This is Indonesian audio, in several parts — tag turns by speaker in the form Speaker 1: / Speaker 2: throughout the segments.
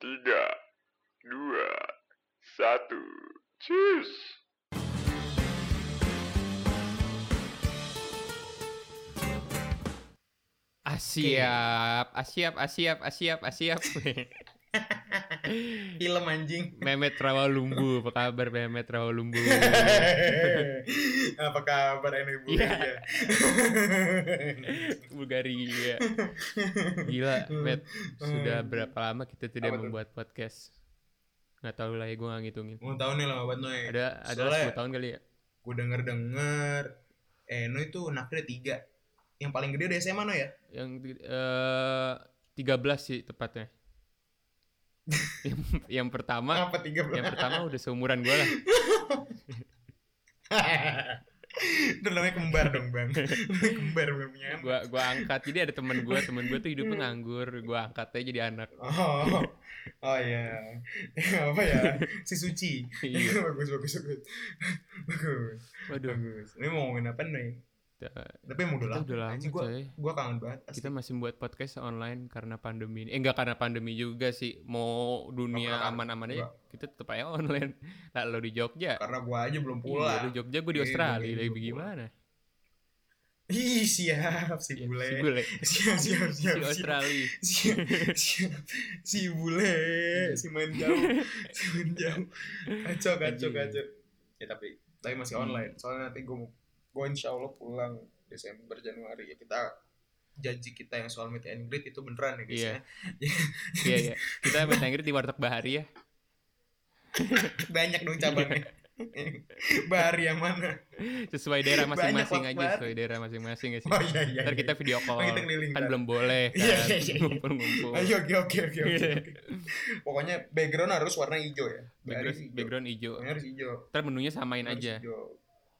Speaker 1: Tiga, dua, satu, cheers.
Speaker 2: Asyap.
Speaker 3: Film anjing.
Speaker 2: Mehmet Rawalumbu, apa kabar Mehmet Rawalumbu?
Speaker 3: Apa kabar Eno Bulgaria?
Speaker 2: Bulgaria. Gila, Met. Sudah berapa lama kita tidak membuat podcast? Nggak tahu lah ya, gue nggak ngitungin.
Speaker 3: Mau tahu nih lama banget Noy.
Speaker 2: Ada 10 tahun kali ya?
Speaker 3: Gue denger Eno itu naknya 3. Yang paling gede udah SMA Noy ya?
Speaker 2: Yang 13 sih tepatnya. yang pertama
Speaker 3: Apa 13?
Speaker 2: Yang pertama udah seumuran gue lah.
Speaker 3: Itu namanya kembar dong bang. Kembar bukan punya anak.
Speaker 2: Gua angkat, jadi ada temen gue tuh hidupnya nganggur, gue angkat aja jadi anak.
Speaker 3: Oh iya. Apa ya, si Suci.
Speaker 2: Iya.
Speaker 3: bagus.
Speaker 2: Waduh.
Speaker 3: Bagus. Ini mau ngomongin apa nih? Tapi emang udah lama
Speaker 2: sih, coy.
Speaker 3: Gue kangen banget asli.
Speaker 2: Kita masih buat podcast online karena pandemi ini. Enggak karena pandemi juga sih. Mau dunia aman-aman aja, kita tetap aja online. Nah, lo di Jogja.
Speaker 3: Karena gue aja belum pulang.
Speaker 2: Iya, di Jogja, gue di Australia. Lagi gimana?
Speaker 3: Ih, siap si bule. Siap.
Speaker 2: Si Australia.
Speaker 3: Si bule, si main jauh. Kacau. Ya tapi masih online. Soalnya nanti gue insya Allah pulang Desember Januari ya. Kita janji kita yang soal meet and greet itu beneran ya guys.
Speaker 2: Iya. Kita meet and greet di Warteg Bahari ya.
Speaker 3: Banyak dong cabangnya. Bahari yang mana?
Speaker 2: Sesuai daerah masing-masing aja. Sesuai daerah masing-masing ya sih.
Speaker 3: Oh iya.
Speaker 2: Ntar kita video call.
Speaker 3: Kita
Speaker 2: kan belum boleh kan. Ngumpul-ngumpul.
Speaker 3: Ayo, oke. Pokoknya background harus warna hijau ya.
Speaker 2: Background hijau.
Speaker 3: Harus hijau.
Speaker 2: Ntar menunya samain aja.
Speaker 3: Hijau.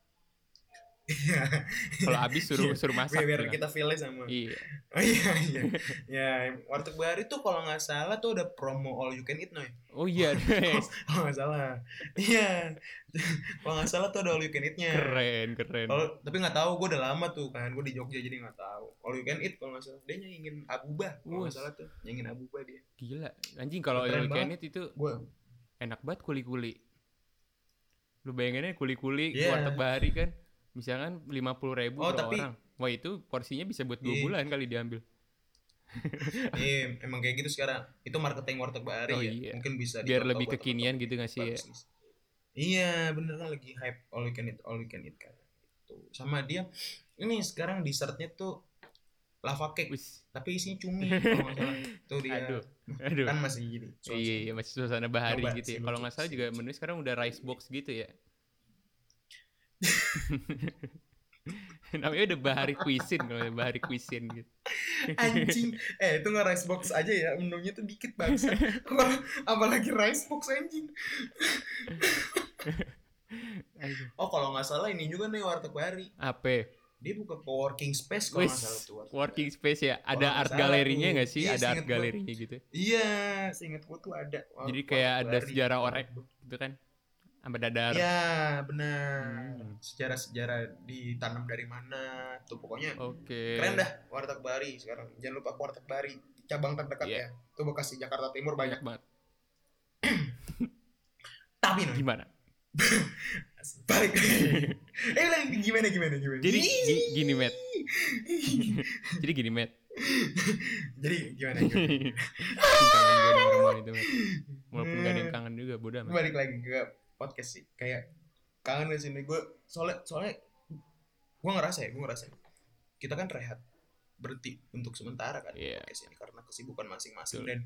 Speaker 2: Kalau habis suruh masak
Speaker 3: biar kita feel-nya sama.
Speaker 2: Iya.
Speaker 3: Oh iya. Ya, Warteg Bahari tuh kalau nggak salah tuh ada promo all you can eat Noy.
Speaker 2: Oh iya.
Speaker 3: Kalau nggak salah. Iya. Kalau nggak salah tuh ada all you can eat-nya.
Speaker 2: Keren.
Speaker 3: Tapi nggak tahu, gue udah lama tuh kan, gue di Jogja jadi nggak tahu. All you can eat kalau nggak salah. Dia nyanyiin Abubah. Kalau nggak salah tuh nyanyiin Abubah dia.
Speaker 2: Gila. Anjing kalau all you can eat itu enak banget kuli-kuli. Lu bayanginnya kuli-kuli Warteg Bahari kan. Misalkan 50.000 per orang. Wah itu porsinya bisa buat 2 bulan kali diambil.
Speaker 3: Iya, emang kayak gitu sekarang. Itu marketing Warteg Bahari ya.
Speaker 2: Iya.
Speaker 3: Mungkin bisa
Speaker 2: biar lebih kekinian gitu gak sih ya?
Speaker 3: Iya, bener kan lagi hype all you can eat kan. Itu. Sama dia ini sekarang dessertnya tuh lava cake. Tapi isinya cumi kalau enggak salah. Tuh dia.
Speaker 2: Aduh.
Speaker 3: Kan masih gini.
Speaker 2: Iya, masih suasana bahari gitu ya. Kalau enggak salah juga menu sekarang udah rice box gitu ya. Namanya udah Bahari Cuisine gitu.
Speaker 3: Anjing. Itu nggak rice box aja ya, menunya tuh dikit banget. Apalagi rice box anjing. Oh kalau nggak salah ini juga nih Warteg Bahari.
Speaker 2: Apa?
Speaker 3: Dia buka co-working space kalau nggak salah tuh.
Speaker 2: Working space ya. Ada art galerinya nggak sih? Iya, ada art galerinya gitu.
Speaker 3: Iya, seingat gua tuh ada.
Speaker 2: Jadi kayak ada sejarah orek gitu kan? Sama dadar.
Speaker 3: Ya benar. Sejarah ditanam dari mana tuh pokoknya.
Speaker 2: Oke.
Speaker 3: Keren dah Warteg Bahari sekarang. Jangan lupa Warteg Bahari, cabang terdekat ya. Tuh Bekasi Jakarta Timur banyak
Speaker 2: banget.
Speaker 3: Tapi
Speaker 2: gimana?
Speaker 3: Balik. Gimana?
Speaker 2: Jadi gini Matt. Jadi gimana?
Speaker 3: Kangen
Speaker 2: gue denger omongan itu Matt. Walaupun gak ada yang kangen juga, bodoh amat.
Speaker 3: Balik lagi ke podcast sih. Kayak kangen di sini gue soalnya gue ngerasa kita kan rehat berhenti untuk sementara kan podcast ini karena kesibukan masing-masing. Dan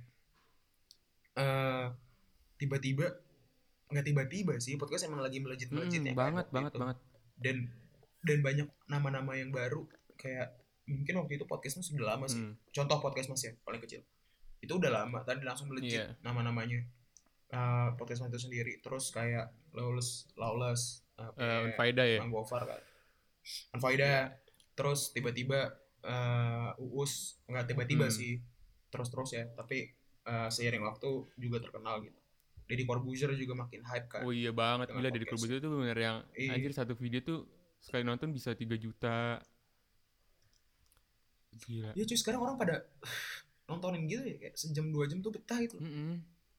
Speaker 3: tiba-tiba sih podcast emang lagi melejit ya
Speaker 2: banget.
Speaker 3: Dan banyak nama-nama yang baru kayak mungkin waktu itu podcastnya sudah lama sih. Contoh podcast Mas ya paling kecil itu udah lama, tadi langsung melejit nama-namanya. Podcast itu sendiri, terus kayak Lawless
Speaker 2: Unfaida ya,
Speaker 3: Bang Gofar kan Unfaida, terus tiba-tiba Uus nggak tiba-tiba sih terus ya, tapi seiring waktu juga terkenal gitu. Deddy Corbuzier juga makin hype kan.
Speaker 2: Oh iya banget, gila Deddy Corbuzier tuh bener yang anjir, satu video tuh sekali nonton bisa 3 juta. Gila.
Speaker 3: Ya cuy, sekarang orang pada nontonin gitu ya, kayak sejam 2 jam tuh betah gitu.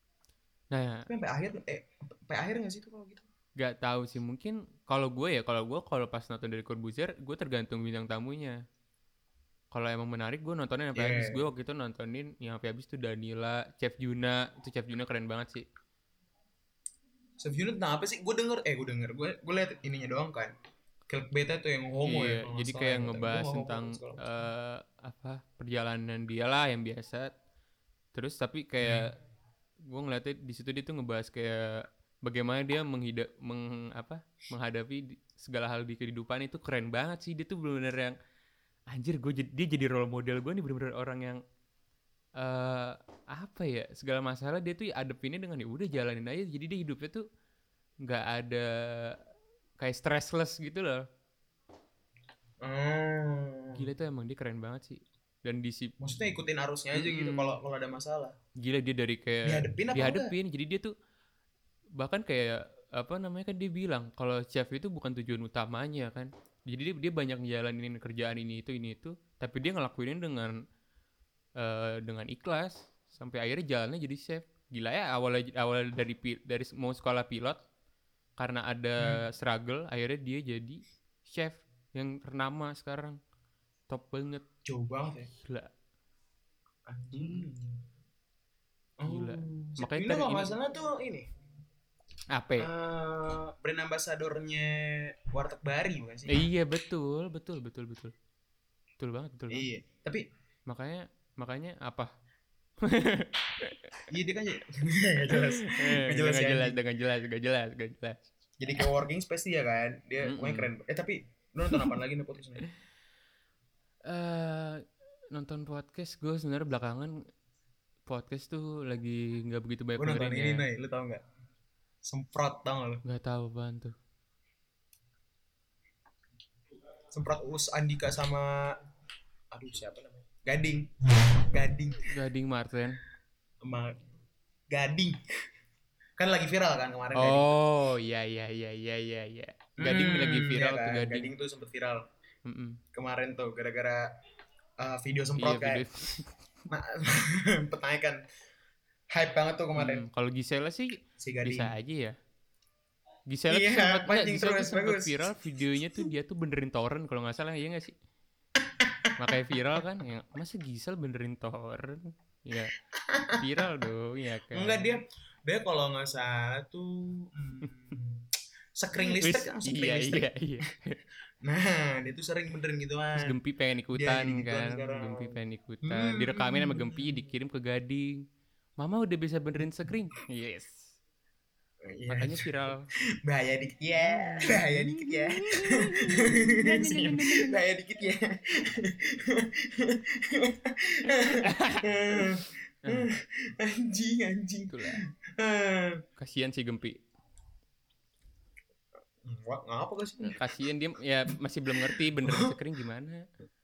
Speaker 2: Nah,
Speaker 3: sampai akhir nggak sih itu kalau gitu?
Speaker 2: Gak tahu sih, mungkin kalau gue kalau pas nonton dari Corbuzier, gue tergantung bintang tamunya. Kalau emang menarik gue nontonnya sampai habis. Gue waktu itu nontonin yang sampai habis tuh Danila, Chef Juna. Itu Chef Juna keren banget sih.
Speaker 3: Chef Juna tentang apa sih? Gue liat ininya doang kan. Clickbait-nya tuh yang homo
Speaker 2: ya. Jadi kayak ngebahas tentang perjalanan dia lah yang biasa. Terus tapi kayak gue ngeliatnya di situ dia tuh ngebahas kayak bagaimana dia menghadapi segala hal di kehidupan. Itu keren banget sih. Dia tuh benar-benar yang anjir, dia jadi role model gue nih, bener-bener orang yang segala masalah dia tuh adepinnya dengan ya udah jalanin aja. Jadi dia hidupnya tuh nggak ada kayak stressless gitu loh. Gila tuh emang dia keren banget sih. Dan
Speaker 3: maksudnya ikutin arusnya aja gitu kalau ada masalah.
Speaker 2: Gila dia dari kayak dihadepin. Jadi dia tuh bahkan kayak kan dia bilang kalau chef itu bukan tujuan utamanya kan. Jadi dia banyak ngejalanin kerjaan ini itu, tapi dia ngelakuinin dengan ikhlas sampai akhirnya jalannya jadi chef. Gila ya, awal dari mau sekolah pilot karena ada struggle, akhirnya dia jadi chef yang ternama sekarang. Top banget.
Speaker 3: Jauh banget ya.
Speaker 2: Gila.
Speaker 3: Anjing.
Speaker 2: Gila.
Speaker 3: Makanya ini kalau masalah tuh ini.
Speaker 2: Apa?
Speaker 3: Brand ambassadornya Warteg Bari bukan sih?
Speaker 2: Iya betul banget.
Speaker 3: Iya. Tapi
Speaker 2: makanya apa?
Speaker 3: Iya dia kan
Speaker 2: Gak jelas.
Speaker 3: Jadi kayak working space dia kan. Dia pokoknya keren. Tapi lu nonton apa lagi nih podcastnya?
Speaker 2: Nonton podcast gue sebenarnya belakangan podcast tuh lagi nggak begitu banyak.
Speaker 3: Gue nonton ini nih, lu tau nggak? Semprot, tau gak lu?
Speaker 2: Gak tahu apaan tuh.
Speaker 3: Semprot Uus Andika sama siapa namanya? Gading
Speaker 2: Martin
Speaker 3: sama Gading. Kan lagi viral kan kemarin.
Speaker 2: Oh iya. Gading lagi viral
Speaker 3: ya kan?
Speaker 2: tuh
Speaker 3: Gading tuh sempet viral kemarin tuh gara-gara video semprot kayak pertanyaan hype banget tuh kemarin.
Speaker 2: Kalau Gisela sih bisa aja ya. Gisela sempat viral videonya tuh dia tuh benerin torrent kalau nggak salah, ya nggak sih? Makanya viral kan, ya, masa Gisel benerin torrent? Ya viral dong ya kan.
Speaker 3: Enggak, dia kalau nggak salah tuh sekring listrik kan, listrik.
Speaker 2: Iya.
Speaker 3: Nah, dia tuh sering benerin gituan.
Speaker 2: Terus Gempi pengen ikutan kan. Gempi pengen ikutan. Direkamin sama Gempi, dikirim ke Gading. Mama udah bisa benerin sekring. Yes. Makanya viral.
Speaker 3: Bahaya dikit ya. Anjing.
Speaker 2: Itulah. Kasihan si Gempi.
Speaker 3: Ngapa sih?
Speaker 2: Kasihan dia ya masih belum ngerti benerin sekring gimana.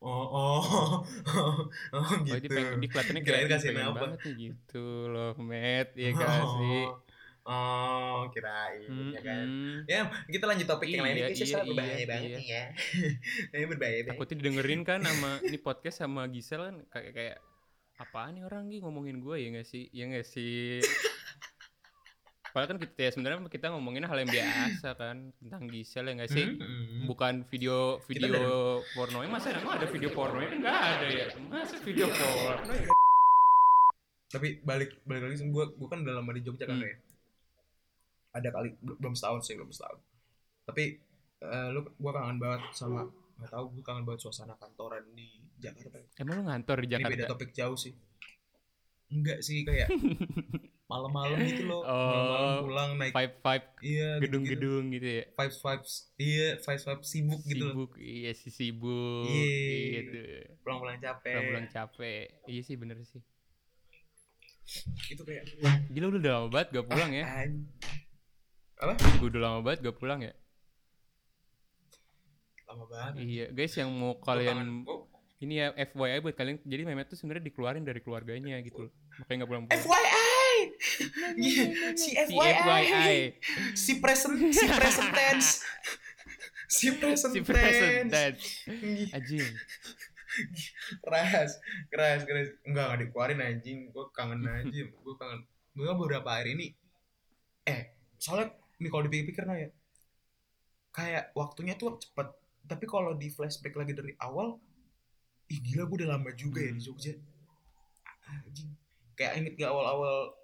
Speaker 3: Gitu.
Speaker 2: Dia pengen di kelihatannya kayak pengen banget nih gitu loh, Matt, ya kasih.
Speaker 3: Kirain ya kan. Ya, kita lanjut topik yang lain. Ini berbahaya banget ya. Ini berbahaya banget.
Speaker 2: Takutnya didengerin kan sama ini podcast sama Gisel kan kayak apaan nih orang ngomongin gue, ya nggak sih? Padahal kan sebenarnya kita ngomongin hal yang biasa kan tentang Gisel, ya nggak sih? Bukan video pornonya. Masa emang ada video pornonya? Nggak ada ya. Masa video porno?
Speaker 3: Tapi balik lagi, gue kan udah lama di Jogja kan ya. Ada kali belum setahun. Tapi gue kangen banget sama, nggak tahu, gue kangen banget suasana kantoran di Jakarta.
Speaker 2: Emang lu ngantor di Jakarta?
Speaker 3: Ini beda topik jauh sih. Enggak sih, kayak malam-malam gitu loh. Malam-malam pulang naik
Speaker 2: vibe gedung-gedung gitu ya.
Speaker 3: Vibes sibuk gitu loh.
Speaker 2: Iya sih, sibuk gitu.
Speaker 3: Pulang capek.
Speaker 2: Iya sih, bener sih.
Speaker 3: Itu kayak
Speaker 2: gila, udah lama banget gak pulang ya.
Speaker 3: Apa?
Speaker 2: Gue udah lama banget gak pulang ya.
Speaker 3: Lama banget.
Speaker 2: Iya guys, yang mau kalian ini ya FYI buat kalian, jadi Mehmet tuh sebenarnya dikeluarin dari keluarganya gitu loh, makanya nggak pulang.
Speaker 3: FYI. Si FYI. Si present tense.
Speaker 2: Anjing.
Speaker 3: Keras. Enggak dikeluarin anjing. Gue kangen aja. Gue beberapa hari ini soalnya nih kalau dipikir-pikir ya kayak waktunya tuh cepet, tapi kalau di flashback lagi dari awal, gila gue udah lama juga ya di Jogja. Kayak inget gak awal-awal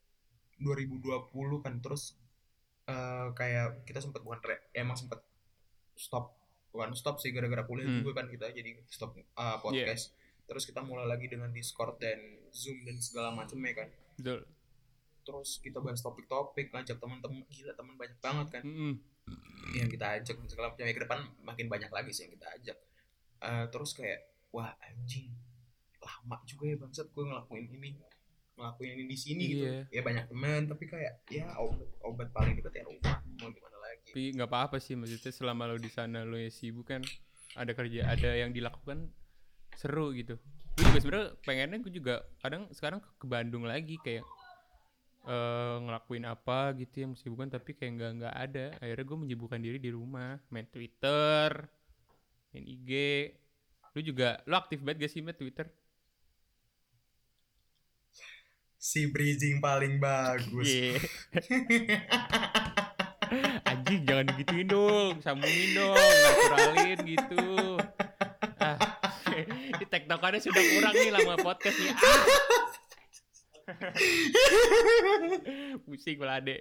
Speaker 3: 2020 kan, terus kayak kita sempat emang sempat bukan stop sih, gara-gara kuliah juga kan kita jadi stop podcast. Terus kita mulai lagi dengan Discord dan Zoom dan segala macamnya kan.
Speaker 2: Betul.
Speaker 3: Terus kita bahas topik-topik, ngajak teman-teman, gila teman banyak banget kan. Yang kita ajak dan segala macamnya, ke depan makin banyak lagi sih yang kita ajak. Terus kayak wah anjing lama juga ya bangsat gue ngelakuin ini di sini gitu. Ya banyak teman, tapi kayak ya obat paling dekat ya rumah, mau gimana lagi.
Speaker 2: Tapi nggak apa-apa sih, maksudnya selama lo di sana lo ya sibuk kan, ada kerja, ada yang dilakukan, seru gitu. Gue juga sebenarnya pengennya gue juga kadang sekarang ke Bandung lagi kayak ngelakuin apa gitu yang kesibukan, tapi kayak nggak ada. Akhirnya gue menyibukkan diri di rumah, main Twitter, main IG. Lo aktif banget gak sih main Twitter?
Speaker 3: Si bridging paling bagus.
Speaker 2: Anjing jangan digituin dong, sambungin dong, naturalin gitu. Ini tektokannya sudah kurang nih lama podcast nih. Pusing malah adek.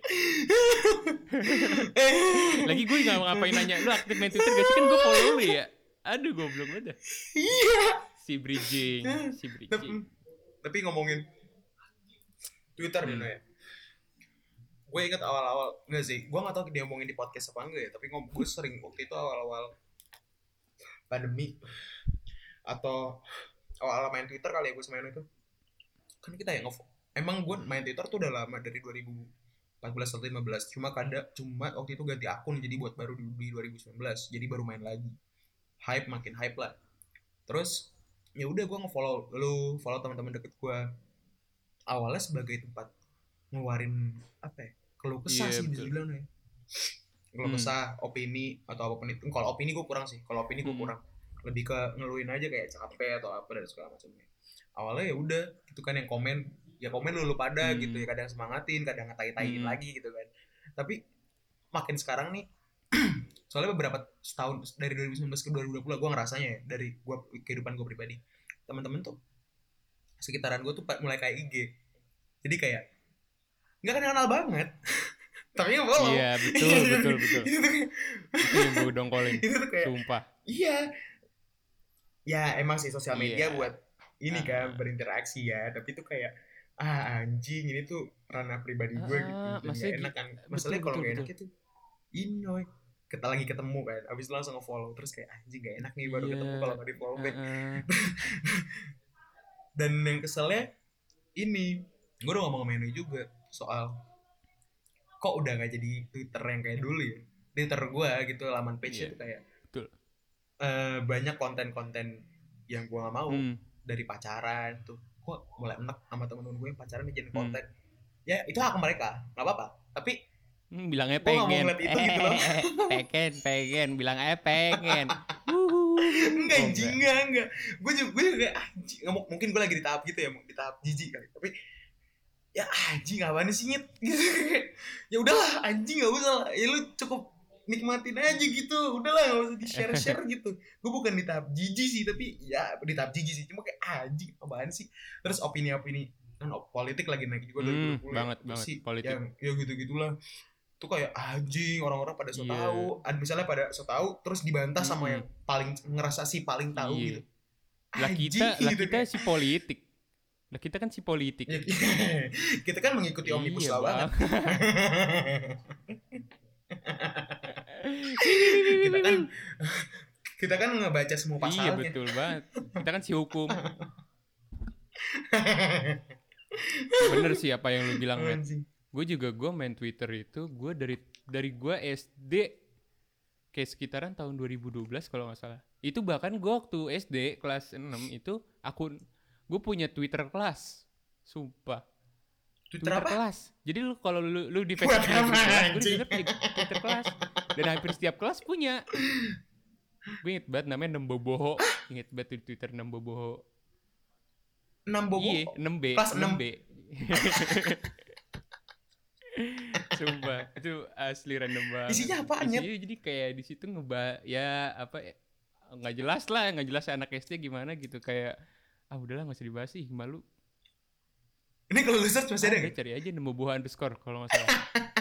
Speaker 2: Lagi gue gak ngapain nanya lu aktif main Twitter gak sih, kan gue follow lu ya. Aduh goblok banget.
Speaker 3: Iya.
Speaker 2: Si bridging.
Speaker 3: Tapi ngomongin Twitter nih ya. Gue inget awal-awal, enggak sih, gue gak tau dia ngomongin di podcast apa enggak ya, tapi gue sering waktu itu awal-awal pandemi atau awal-awal main Twitter kali ya, gue semain itu kan kita ya emang gue main Twitter tuh udah lama dari 2014 atau 2015, cuma waktu itu ganti akun jadi buat baru di 2019, jadi baru main lagi, makin hype lah. Terus ya udah gue follow teman-teman deket gue awalnya sebagai tempat ngeluarin apa ya, keluh kesah sih bisa dibilang ya, keluh kesah, opini atau apapun itu. Kalau opini gue kurang sih, kurang, lebih ke ngeluhin aja kayak capek atau apa dan segala macamnya. Awalnya ya udah gitu kan, yang komen lu pada gitu ya, kadang semangatin, kadang ngatain lagi gitu kan. Tapi makin sekarang nih soalnya beberapa tahun dari 2019 ke 2020 gue ngerasanya ya, dari kehidupan gue pribadi, teman-teman tuh sekitaran gue tuh mulai kayak IG, jadi kayak nggak kenal banget tapi follow.
Speaker 2: Iya betul. Itu yang gue dongkolin. Itu tuh kayak, sumpah.
Speaker 3: Iya. Ya emang sih sosial media buat ini kan berinteraksi ya, tapi itu kayak anjing ini tuh ranah pribadi gue gitu, nggak enak kan. Masalahnya kalau nggak enak itu ini kita lagi ketemu kan, abis itu langsung nge-follow, terus kayak anjing nggak enak nih baru ketemu kalau nggak di-follow back. Dan yang keselnya ini, gue udah ngomong sama Eno juga soal kok udah nggak jadi Twitter yang kayak dulu ya. Twitter gue gitu, laman page itu kayak banyak konten-konten yang gue nggak mau, dari pacaran tuh, kok mulai enak sama temen-temen gue yang pacaran jadi konten. Ya itu hak mereka, nggak apa-apa. Tapi
Speaker 2: bilangnya pengen,
Speaker 3: itu gitu loh.
Speaker 2: pengen, bilangnya pengen.
Speaker 3: Enggak. Gue juga anjing. Mungkin gue lagi di tahap gitu ya, di tahap jijik kali. Tapi ya anjing apaan sih nyet gitu. Ya udahlah anjing, nggak usah lah. Ya lu cukup nikmatin aja gitu. Udahlah nggak usah di share gitu. Gue bukan di tahap jijik sih, tapi ya di tahap jijik sih. Cuma kayak anjing apaan sih. Terus opini-opini kan politik lagi naik juga 2020.
Speaker 2: Banget
Speaker 3: sih,
Speaker 2: politik.
Speaker 3: Ya gitu-gitulah. Tuh kayak anjing, orang-orang pada so tahu, misalnya pada so tahu terus dibantah sama yang paling ngerasa sih paling tahu gitu.
Speaker 2: Kita si politik. Lah kita kan si politik.
Speaker 3: Kita kan mengikuti omnibus law banget. kita kan ngebaca semua pasalnya.
Speaker 2: Iya betul banget. Kita kan si hukum. Bener sih apa yang lu bilang, Matt. Gue main Twitter itu gue dari gue SD kayak sekitaran tahun 2012 kalau nggak salah. Itu bahkan gue waktu SD kelas 6 itu gue punya Twitter kelas, sumpah. Twitter kelas. Jadi lu kalau lu di Facebook kelas, gue di Twitter kelas. Dan hampir setiap kelas punya. Gue inget banget namanya Nemboboho. Inget banget di Twitter Nemboboho. Iya, 6B.
Speaker 3: Kelas
Speaker 2: 6B. Itu asli random banget.
Speaker 3: Isinya apaan ya?
Speaker 2: Isinya jadi kayak di situ nggak jelas anak SD gimana gitu, kayak udahlah nggak usah dibahas sih, malu.
Speaker 3: Ini kalau lu search masih ada nggak?
Speaker 2: Cari aja nemu buah underscore kalau nggak salah.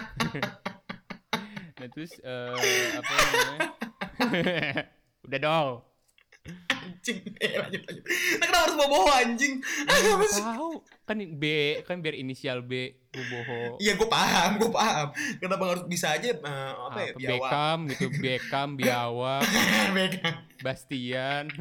Speaker 2: Nah terus apa namanya? Udah dong.
Speaker 3: Anjing, lanjut. Nah, kenapa harus bobo anjing?
Speaker 2: Tahu kan biar inisial B Boboho.
Speaker 3: Iya gue paham. Kenapa harus bisa aja
Speaker 2: Beckham gitu, Beckham, Biawak, Bastian,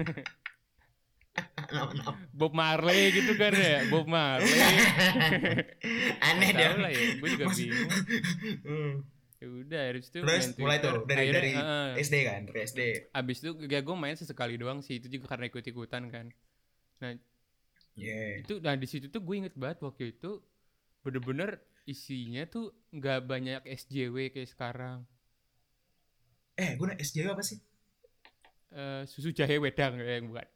Speaker 2: Bob Marley gitu kan ya, Bob Marley.
Speaker 3: Aneh deh.
Speaker 2: Tahu lah ya, gue juga bingung. Ya udah, habis itu
Speaker 3: terus mulai tuh dari SD kan, dari SD.
Speaker 2: Abis itu gue main sesekali doang sih, itu juga karena ikut-ikutan kan. Nah, itu di situ tuh gue inget banget waktu itu bener-bener isinya tuh nggak banyak SJW kayak sekarang.
Speaker 3: Gue SJW apa sih?
Speaker 2: Susu jahe wedang yang bukan.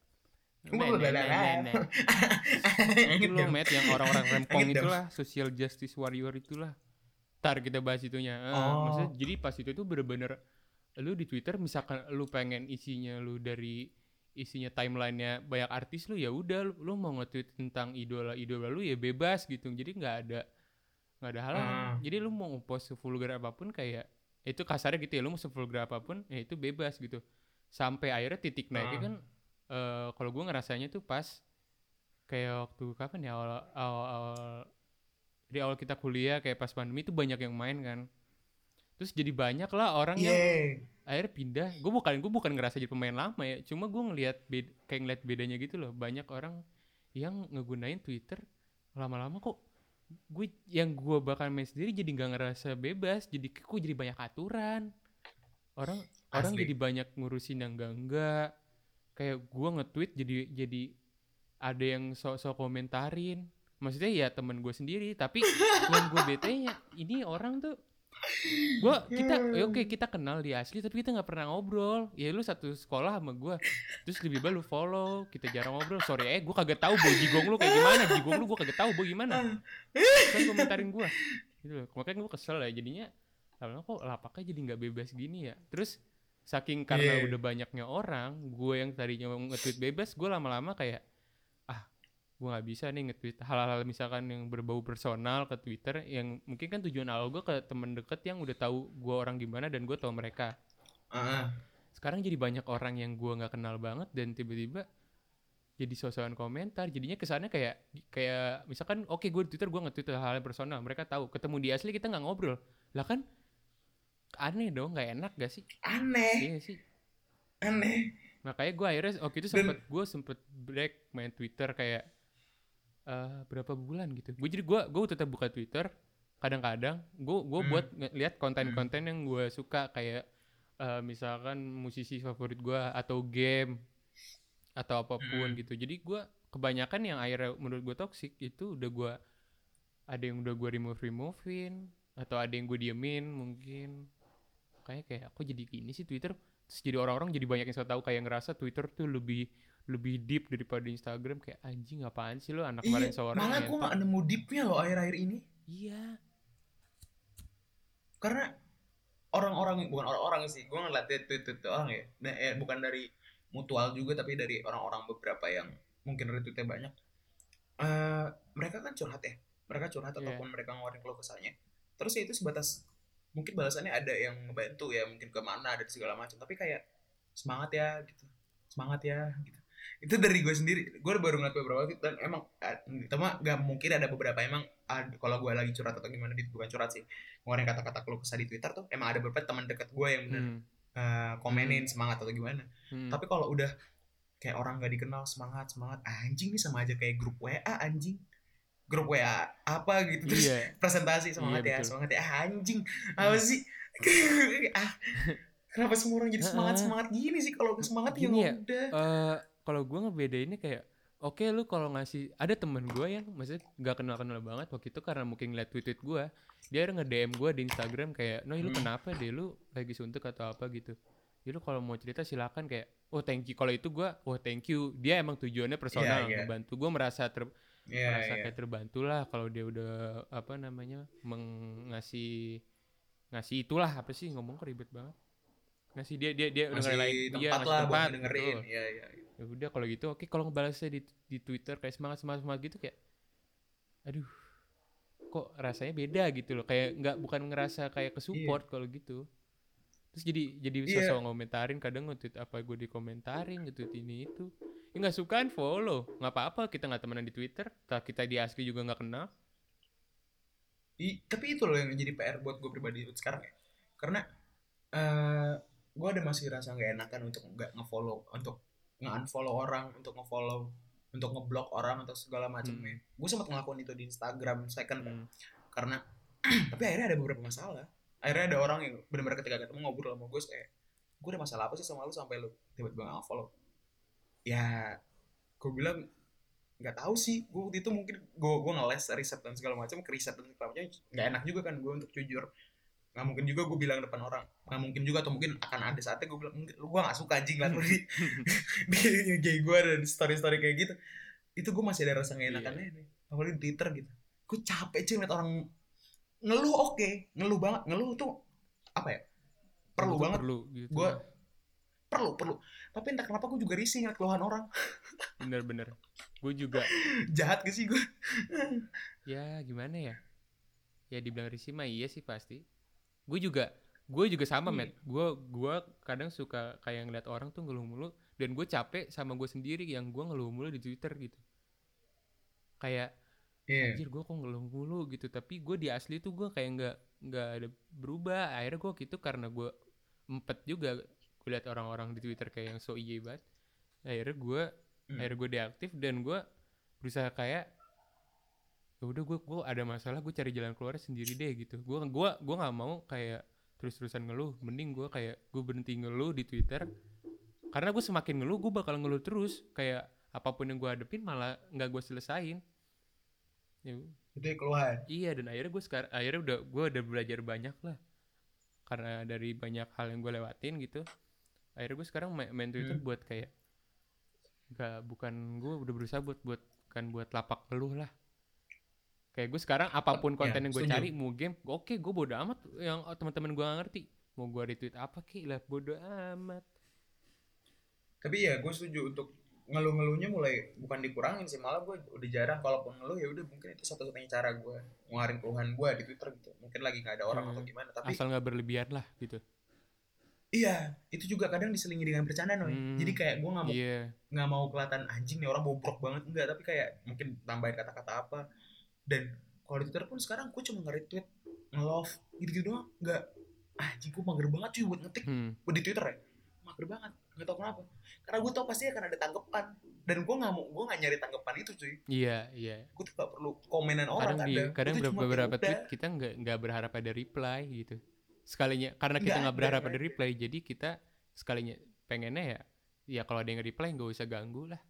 Speaker 2: Itu loh Matt, yang orang-orang rempong itulah, social justice warrior itulah. Ntar kita bahas itunya. Maksudnya jadi pas itu tuh bener-bener lu di Twitter misalkan lu pengen isinya lu dari isinya timelinenya banyak artis, lu ya udah lu mau nge-tweet tentang idola lu ya bebas gitu. Jadi nggak ada halangan. Jadi lu mau post sevulgar apapun, kayak itu kasarnya gitu ya, lu mau sevulgar apapun ya itu bebas gitu. Sampai akhirnya titik naiknya kan kalau gue ngerasanya tuh pas kayak waktu kapan ya, awal kita kuliah kayak pas pandemi itu banyak yang main kan, terus jadi banyak lah orang yang akhirnya pindah. Gue bukan ngerasa jadi pemain lama ya, cuma gue ngelihat bedanya gitu loh. Banyak orang yang ngegunain Twitter lama-lama kok gue bakal main sendiri jadi nggak ngerasa bebas, jadi kok jadi banyak aturan. Orang jadi banyak ngurusin yang enggak. Kayak gue nge-tweet jadi ada yang sok-sok komentarin. Maksudnya ya temen gue sendiri, tapi yang gue bete-nya ini orang tuh kita kenal di asli tapi kita nggak pernah ngobrol. Ya lu satu sekolah sama gue, terus lebih baik lu follow, kita jarang ngobrol. Sorry gue kagak tahu boy jigong lu kayak gimana, jigong lu gue kagak tahu boy gimana. Kan komentarin gue gitu loh. Makanya gue kesel ya jadinya. Lama-lama kok lapaknya jadi nggak bebas gini ya. Terus saking karena udah banyaknya orang, gue yang tadinya nge-tweet bebas, gue lama-lama kayak gue nggak bisa nih nge-tweet hal-hal misalkan yang berbau personal ke Twitter, yang mungkin kan tujuan awal gue ke temen deket yang udah tahu gue orang gimana dan gue tahu mereka. Sekarang jadi banyak orang yang gue nggak kenal banget dan tiba-tiba jadi sosokan komentar. Jadinya kesannya kayak misalkan gue di Twitter gue nge-tweet hal-hal personal, mereka tahu. Ketemu di asli kita nggak ngobrol lah, kan aneh dong, nggak enak gak sih? Iya sih,
Speaker 3: aneh.
Speaker 2: Makanya gue akhirnya itu sempet break main Twitter kayak berapa bulan gitu. Gue tetap buka Twitter. Kadang-kadang gue buat lihat konten-konten yang gue suka, kayak misalkan musisi favorit gue atau game atau apapun gitu. Jadi gue kebanyakan yang akhirnya menurut gue toxic itu ada yang udah gue removein atau ada yang gue diemin mungkin. Kayak aku jadi gini sih Twitter. Terus jadi orang-orang jadi banyak yang saya tahu kayak ngerasa Twitter tuh lebih deep daripada Instagram. Kayak anjing apaan sih lo anak kemarin seorang.
Speaker 3: Malah gue gak nemu deepnya lo akhir-akhir ini.
Speaker 2: Iya.
Speaker 3: Karena bukan orang-orang sih, gue ngeliat tweet orang ya. Bukan dari mutual juga, tapi dari orang-orang beberapa yang mungkin retweetnya banyak. Mereka kan curhat ya. Mereka curhat ataupun mereka ngeluarin keluh kesahnya. Terus ya itu sebatas mungkin balasannya ada yang ngebantu ya, mungkin kemana ada segala macam, tapi kayak semangat ya gitu. Itu dari gue sendiri. Gue baru ngeliat beberapa tweet dan emang gak mungkin ada beberapa emang kalau gue lagi curhat atau gimana, bukan curhat sih, ngeluarin kata-kata keluh kesah di Twitter tuh emang ada beberapa teman dekat gue yang bener komenin semangat atau gimana. Tapi kalau udah kayak orang gak dikenal semangat anjing nih sama aja kayak grup WA anjing. Grup WA apa gitu terus presentasi semangat ya anjing apa sih. Kenapa semua orang jadi semangat gini sih? Kalau semangat ya udah.
Speaker 2: Kalau gue ngebedainnya kayak oke, lu kalau ngasih, ada temen gue yang maksudnya gak kenal banget waktu itu karena mungkin ngeliat tweet gue, dia nge-DM gue di Instagram kayak, lu kenapa deh, lu lagi suntuk atau apa gitu. Ya lu kalau mau cerita silakan, kayak thank you. Kalau itu gue thank you, dia emang tujuannya personal membantu gue, merasa kayak terbantu lah kalau dia udah ngasih ngasih itulah apa sih ngomong kok ribet banget. Ngasih dia udah
Speaker 3: ngasih
Speaker 2: dia
Speaker 3: tempat lah buat dengerin. Iya.
Speaker 2: Ya udah kalau gitu oke, kalau ngebalasnya di Twitter kayak semangat gitu kayak aduh kok rasanya beda gitu loh, kayak bukan ngerasa kayak kesupport kalau gitu. Terus jadi sosok ngomentarin, kadang nge-tweet apa gue dikomentarin, nge-tweet ini itu. Ya nggak sukaan follow, nggak apa-apa, kita nggak temenan di Twitter, kita di asli juga nggak kenal.
Speaker 3: Tapi itu loh yang jadi PR buat gue pribadi sekarang ya, karena gue ada masih rasa nggak enakan untuk nggak nge-follow, untuk nge-unfollow orang, untuk nge-follow, untuk nge-block orang atau segala macamnya. Gue sempat ngelakuin itu di Instagram second kan, karena tapi akhirnya ada beberapa masalah. Akhirnya ada orang yang benar-benar ketika ketemu ngobrol sama gue kayak, gue ada masalah apa sih sama lu sampai lu tiba-tiba nge-follow? Ya gue bilang nggak tahu sih, gue waktu itu mungkin gue ngeles riset dan segala macam, riset dan segala macam nggak enak juga kan gue untuk jujur. Nggak mungkin juga gue bilang depan orang, nggak mungkin juga, atau mungkin akan ada saatnya gue bilang gue nggak suka anjing lah di gay gue dan story kayak gitu. Itu gue masih ada rasa nggak enakannya nih, apalagi di Twitter gitu. Gue capek sih ngeliat orang ngeluh. Ngeluh banget, ngeluh tuh apa ya, perlu banget gitu. Gue perlu, tapi entah kenapa gue juga risih ngeliat keluhan orang.
Speaker 2: Bener gue juga
Speaker 3: jahat gak sih gue?
Speaker 2: Ya gimana ya dibilang risih mah iya sih pasti. Gue juga sama Matt. Gue kadang suka kayak ngeliat orang tuh ngeluh mulu, dan gue capek sama gue sendiri yang gue ngeluh mulu di Twitter gitu. Kayak anjir gue kok ngeluh mulu gitu, tapi gue di asli tuh gue kayak nggak ada berubah. Akhirnya gue gitu karena gue empet juga gue liat orang-orang di Twitter kayak yang so iye banget. Akhirnya gue deaktif, dan gue berusaha kayak ya udah gue ada masalah, gue cari jalan keluar sendiri deh gitu. Gue nggak mau kayak terus-terusan ngeluh. Mending gue berhenti ngeluh di Twitter, karena gue semakin ngeluh gue bakal ngeluh terus, kayak apapun yang gue hadepin malah nggak gue selesain.
Speaker 3: Itu keluhan.
Speaker 2: Iya, dan akhirnya gue udah belajar banyak lah, karena dari banyak hal yang gue lewatin gitu. Akhirnya gue sekarang main Twitter buat kayak bukan gue udah berusaha buat lapak ngeluh lah. Kayak gue sekarang apapun konten yang gue cari, mau game, oke, gue bodo amat yang teman-teman gue gak ngerti. Mau gue retweet apa lah, bodo amat.
Speaker 3: Tapi ya gue setuju untuk ngeluh-ngeluhnya mulai bukan dikurangin sih, malah gue udah jarang. Kalaupun ngeluh ya udah, mungkin itu satu-satunya cara gue ngeluarin keluhan gue di Twitter gitu. Mungkin lagi nggak ada orang atau gimana, tapi
Speaker 2: asal nggak berlebihan lah gitu.
Speaker 3: Iya, itu juga kadang diselingi dengan bercanda Jadi kayak gue nggak mau kelihatan anjing nih orang bobrok banget, enggak, tapi kayak mungkin tambahin kata-kata apa. Dan kalau di Twitter pun sekarang gue cuma nge-retweet, nge-love gitu doang. Nggak, anjing gue mager banget cuy buat ngetik di Twitter ya, mager banget, nggak tau kenapa. Karena gue tau pasti akan ada tanggapan, dan gue nggak nyari tanggapan itu cuy.
Speaker 2: Iya.
Speaker 3: Gue tuh nggak perlu komenan orang.
Speaker 2: Kadang beberapa tweet kita nggak berharap ada reply gitu. Sekalinya karena kita nggak berharap ada reply, jadi kita sekalinya pengennya ya kalau ada yang reply nggak usah ganggu lah.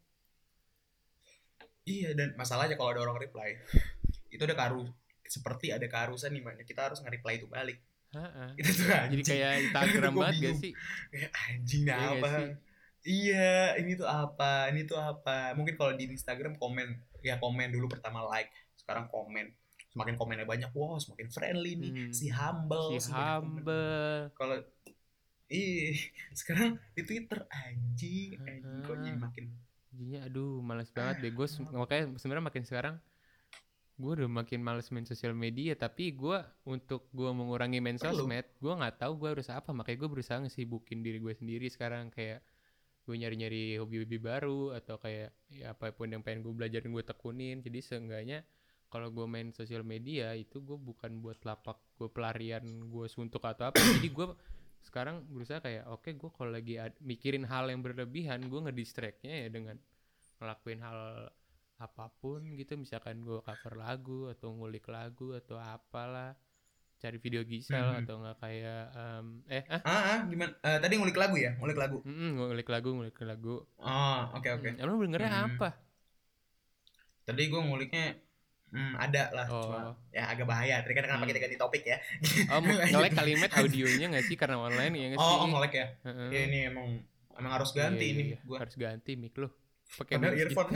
Speaker 3: Iya, dan masalahnya kalau ada orang reply itu ada seperti ada keharusan nih, mana kita harus nge-reply itu balik. Itu tuh anjing.
Speaker 2: Jadi kayak Instagram banget gak sih?
Speaker 3: Kayak anjing apa? Iya, ini tuh apa? Mungkin kalau di Instagram komen dulu pertama like, sekarang komen. Semakin komennya banyak, wow, semakin friendly nih, si humble. Kalau sekarang di Twitter anjing kok jadi makin.
Speaker 2: Jadinya aduh malas banget deh gue. Makanya sebenarnya makin sekarang gue udah makin malas main sosial media. Tapi untuk gue mengurangi main sosmed, gue nggak tahu gue harus apa. Makanya gue berusaha ngesibukin diri gue sendiri sekarang. Kayak gue nyari hobi-hobi baru, atau kayak ya apapun yang pengen gue belajarin gue tekunin. Jadi seenggaknya kalau gue main sosial media itu gue bukan buat lapak gue pelarian gue suntuk atau apa. Jadi gue sekarang berusaha kayak oke, gue kalau lagi mikirin hal yang berlebihan, gue ngedistractnya ya dengan ngelakuin hal apapun gitu. Misalkan gue cover lagu atau ngulik lagu atau apalah, cari video Gisel atau nggak kayak
Speaker 3: gimana tadi ngulik lagu ya? Ngulik
Speaker 2: lagu.
Speaker 3: Oh, oke.
Speaker 2: Emang lu dengernya apa?
Speaker 3: Tadi gue nguliknya ada lah, cuma ya agak bahaya. Tadi kan kenapa kita ganti topik ya?
Speaker 2: Nge-lag kalimat audionya nggak sih karena online ya nggak sih?
Speaker 3: Nge-lag ya? Ya ini emang harus ganti ini.
Speaker 2: Gua harus ganti mic lu.
Speaker 3: Pakai earphone.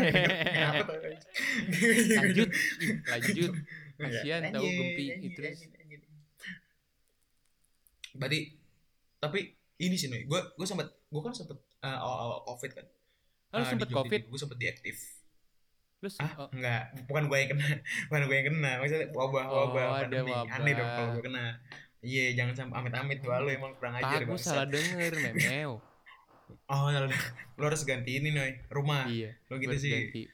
Speaker 2: Lanjut. Kasian tahu Gempi itu.
Speaker 3: Berarti tapi ini sih nih, gue kan sempet awal COVID kan.
Speaker 2: Lu sempet COVID?
Speaker 3: Gue sempet diaktif. Enggak, bukan gue yang kena, maksudnya wabah pandemi. Aneh dong kalau gue kena. Iya, jangan sampai amit-amit lu emang kurang ajar.
Speaker 2: Gue salah denger, memeo.
Speaker 3: Oh, lu harus ganti ini Noy, rumah.
Speaker 2: Iya.
Speaker 3: Lo gitu sih.
Speaker 2: Ganti.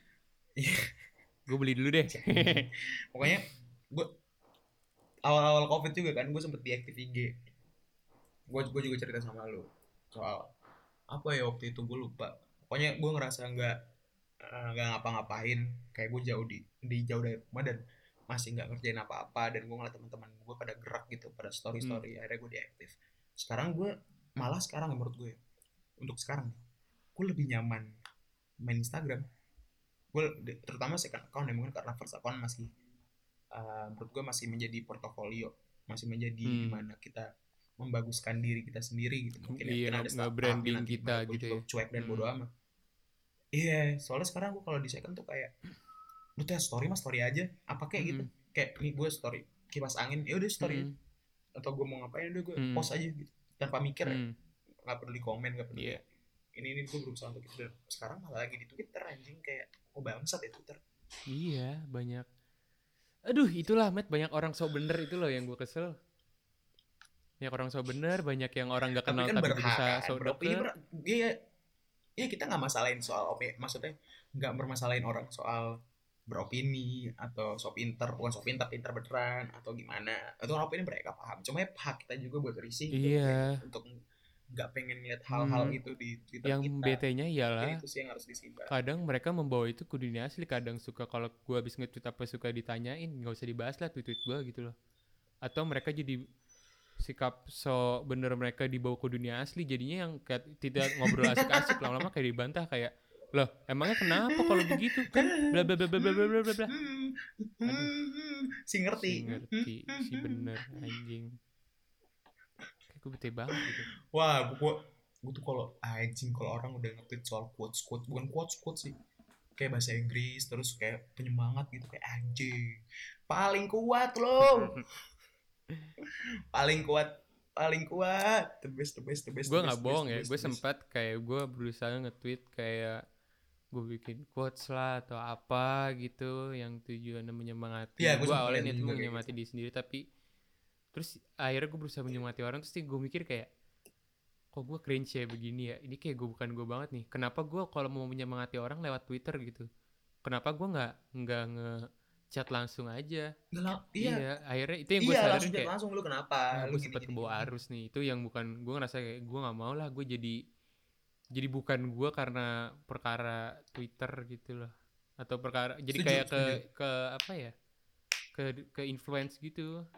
Speaker 2: Gue beli dulu deh.
Speaker 3: Pokoknya gue awal-awal COVID juga kan, gue sempet diaktif IG. Gue juga cerita sama lu soal apa ya waktu itu, gue lupa. Pokoknya gue ngerasa nggak ngapa-ngapain, kayak gue jauh jauh dari rumah dan masih nggak ngerjain apa-apa, dan gue ngeliat teman-teman gue pada gerak gitu, pada story. Akhirnya gue diaktif. Sekarang gue malah menurut gue untuk sekarang gue lebih nyaman main Instagram. Gue terutama second account ya, mungkin karena first account masih menurut gue masih menjadi portofolio, masih menjadi gimana kita membaguskan diri kita sendiri gitu. Mungkin
Speaker 2: ada branding kita gitu ya.
Speaker 3: Cuek dan bodo amat. Iya, soalnya sekarang gue kalau di second tuh kayak lu tuh story aja apa kayak gitu. Kayak nih gue story kipas angin, ya udah story. Atau gue mau ngapain udah gue post aja gitu tanpa mikir ya. Nggak perlu di komen, nggak perlu ini gue berusaha untuk itu. Dan sekarang malah lagi di Twitter, anjing, kayak bangsat ya Twitter.
Speaker 2: Iya, banyak. Aduh, itulah Matt, banyak orang so bener itu loh yang gue kesel. Banyak orang so bener, banyak yang orang gak kenal tapi berusaha so deket.
Speaker 3: Iya, kita gak masalahin soal maksudnya gak bermasalahin orang soal beropini atau so pinter, bukan so pinter beneran atau gimana. Atau opini mereka paham. Cuma ya hak kita juga buat risih untuk gak pengen lihat hal-hal itu di Twitter
Speaker 2: yang kita. BT-nya ialah
Speaker 3: itu sih yang harus disimpah.
Speaker 2: Kadang mereka membawa itu ke dunia asli, kadang suka kalau gue habis nge-tweet apa suka ditanyain, gak usah dibahas lah tweet gue gitu loh. Atau mereka jadi sikap so bener mereka dibawa ke dunia asli, jadinya yang kayak tidak ngobrol asik-asik, lama-lama kayak dibantah kayak, loh emangnya kenapa kalau begitu kan bla bla bla bla bla bla bla bla.
Speaker 3: Si ngerti
Speaker 2: si bener anjing. Kayak gue bete banget gitu.
Speaker 3: Wah, gue tuh kalau orang udah nge-tweet soal quotes bukan quotes sih, kayak bahasa Inggris terus kayak penyemangat gitu, kayak anjing paling kuat loh. paling kuat the best.
Speaker 2: Gue nggak bohong ya, gue sempat kayak gue berusaha nge-tweet kayak gue bikin quotes lah atau apa gitu yang tujuannya menyemangati. Gue awalnya niat gue menyemangati diri sendiri, tapi terus akhirnya gue berusaha menyemangati orang, terus gue mikir kayak kok gue cringe ya begini ya, ini kayak gue bukan gue banget nih. Kenapa gue kalau mau menyemangati orang lewat Twitter gitu, kenapa gue nggak chat langsung aja. Iya, akhirnya itu yang gue sadarin kayak
Speaker 3: langsung lu kenapa?
Speaker 2: Lu sempat ke bawah arus nih. Itu yang bukan gue ngerasa kayak gue nggak mau lah, gue jadi bukan gue karena perkara Twitter gitu loh. Atau perkara jadi kayak ke apa ya? Ke influence gitu.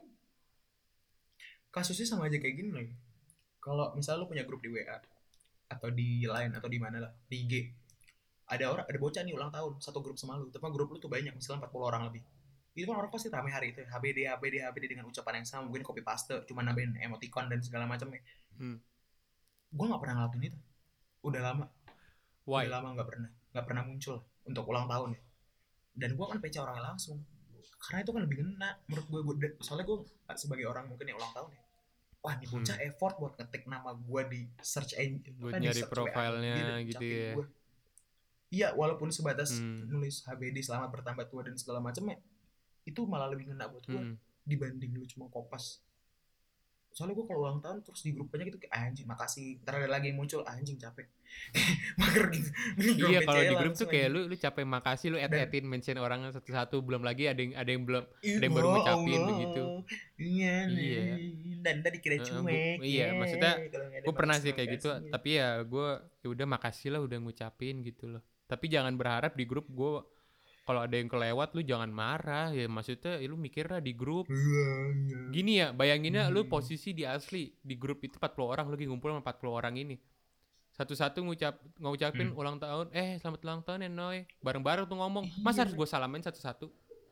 Speaker 3: Kasusnya sama aja kayak gini loh. Kalau misalnya lu punya grup di WA atau di Line atau di mana lah, di IG. Ada bocah nih ulang tahun satu grup sama lu, tapi grup lu tuh banyak, misalnya 40 orang lebih. Itu kan orang pasti ramai hari itu, HBD dengan ucapan yang sama, mungkin copy paste, cuma nambahin emoticon dan segala macam ya. Gue nggak pernah ngelakuin itu, udah lama.
Speaker 2: Why?
Speaker 3: Udah lama nggak pernah muncul untuk ulang tahun ya. Dan gue kan PC orangnya langsung, karena itu kan lebih ngena menurut gue. Soalnya gue sebagai orang mungkin yang ulang tahun ya, wah nih bocah effort buat ngetik nama gue di search engine,
Speaker 2: buat nyari profilnya gitu ya.
Speaker 3: Iya, walaupun sebatas nulis HBD selamat bertambah tua dan segala macam ya, itu malah lebih ngena buat gue dibanding lu cuma kopas. Soalnya gue kalau ulang tahun terus di grupnya gitu kayak anjing makasih, ntar ada lagi yang muncul anjing capek. Mager gitu.
Speaker 2: Iya, kalau di grup tuh kayak lu capek makasih, lu add-in mention orang satu-satu, belum lagi ada yang belum ada yang baru ngucapin begitu.
Speaker 3: Iya. Dan tadi dikira cuek.
Speaker 2: Iya, maksudnya gue pernah sih kayak gitu, tapi ya gue ya udah makasih lah udah ngucapin gitu loh. Tapi jangan berharap di grup gue kalau ada yang kelewat lu jangan marah ya, maksudnya lu mikir lah di grup. Gini ya, bayanginnya lu posisi di asli di grup itu 40 orang, lu lagi ngumpul sama 40 orang ini. Satu-satu ngucapin ulang tahun, selamat ulang tahun ya Noy. Bareng-bareng tuh ngomong. Masa harus gue salamin satu-satu?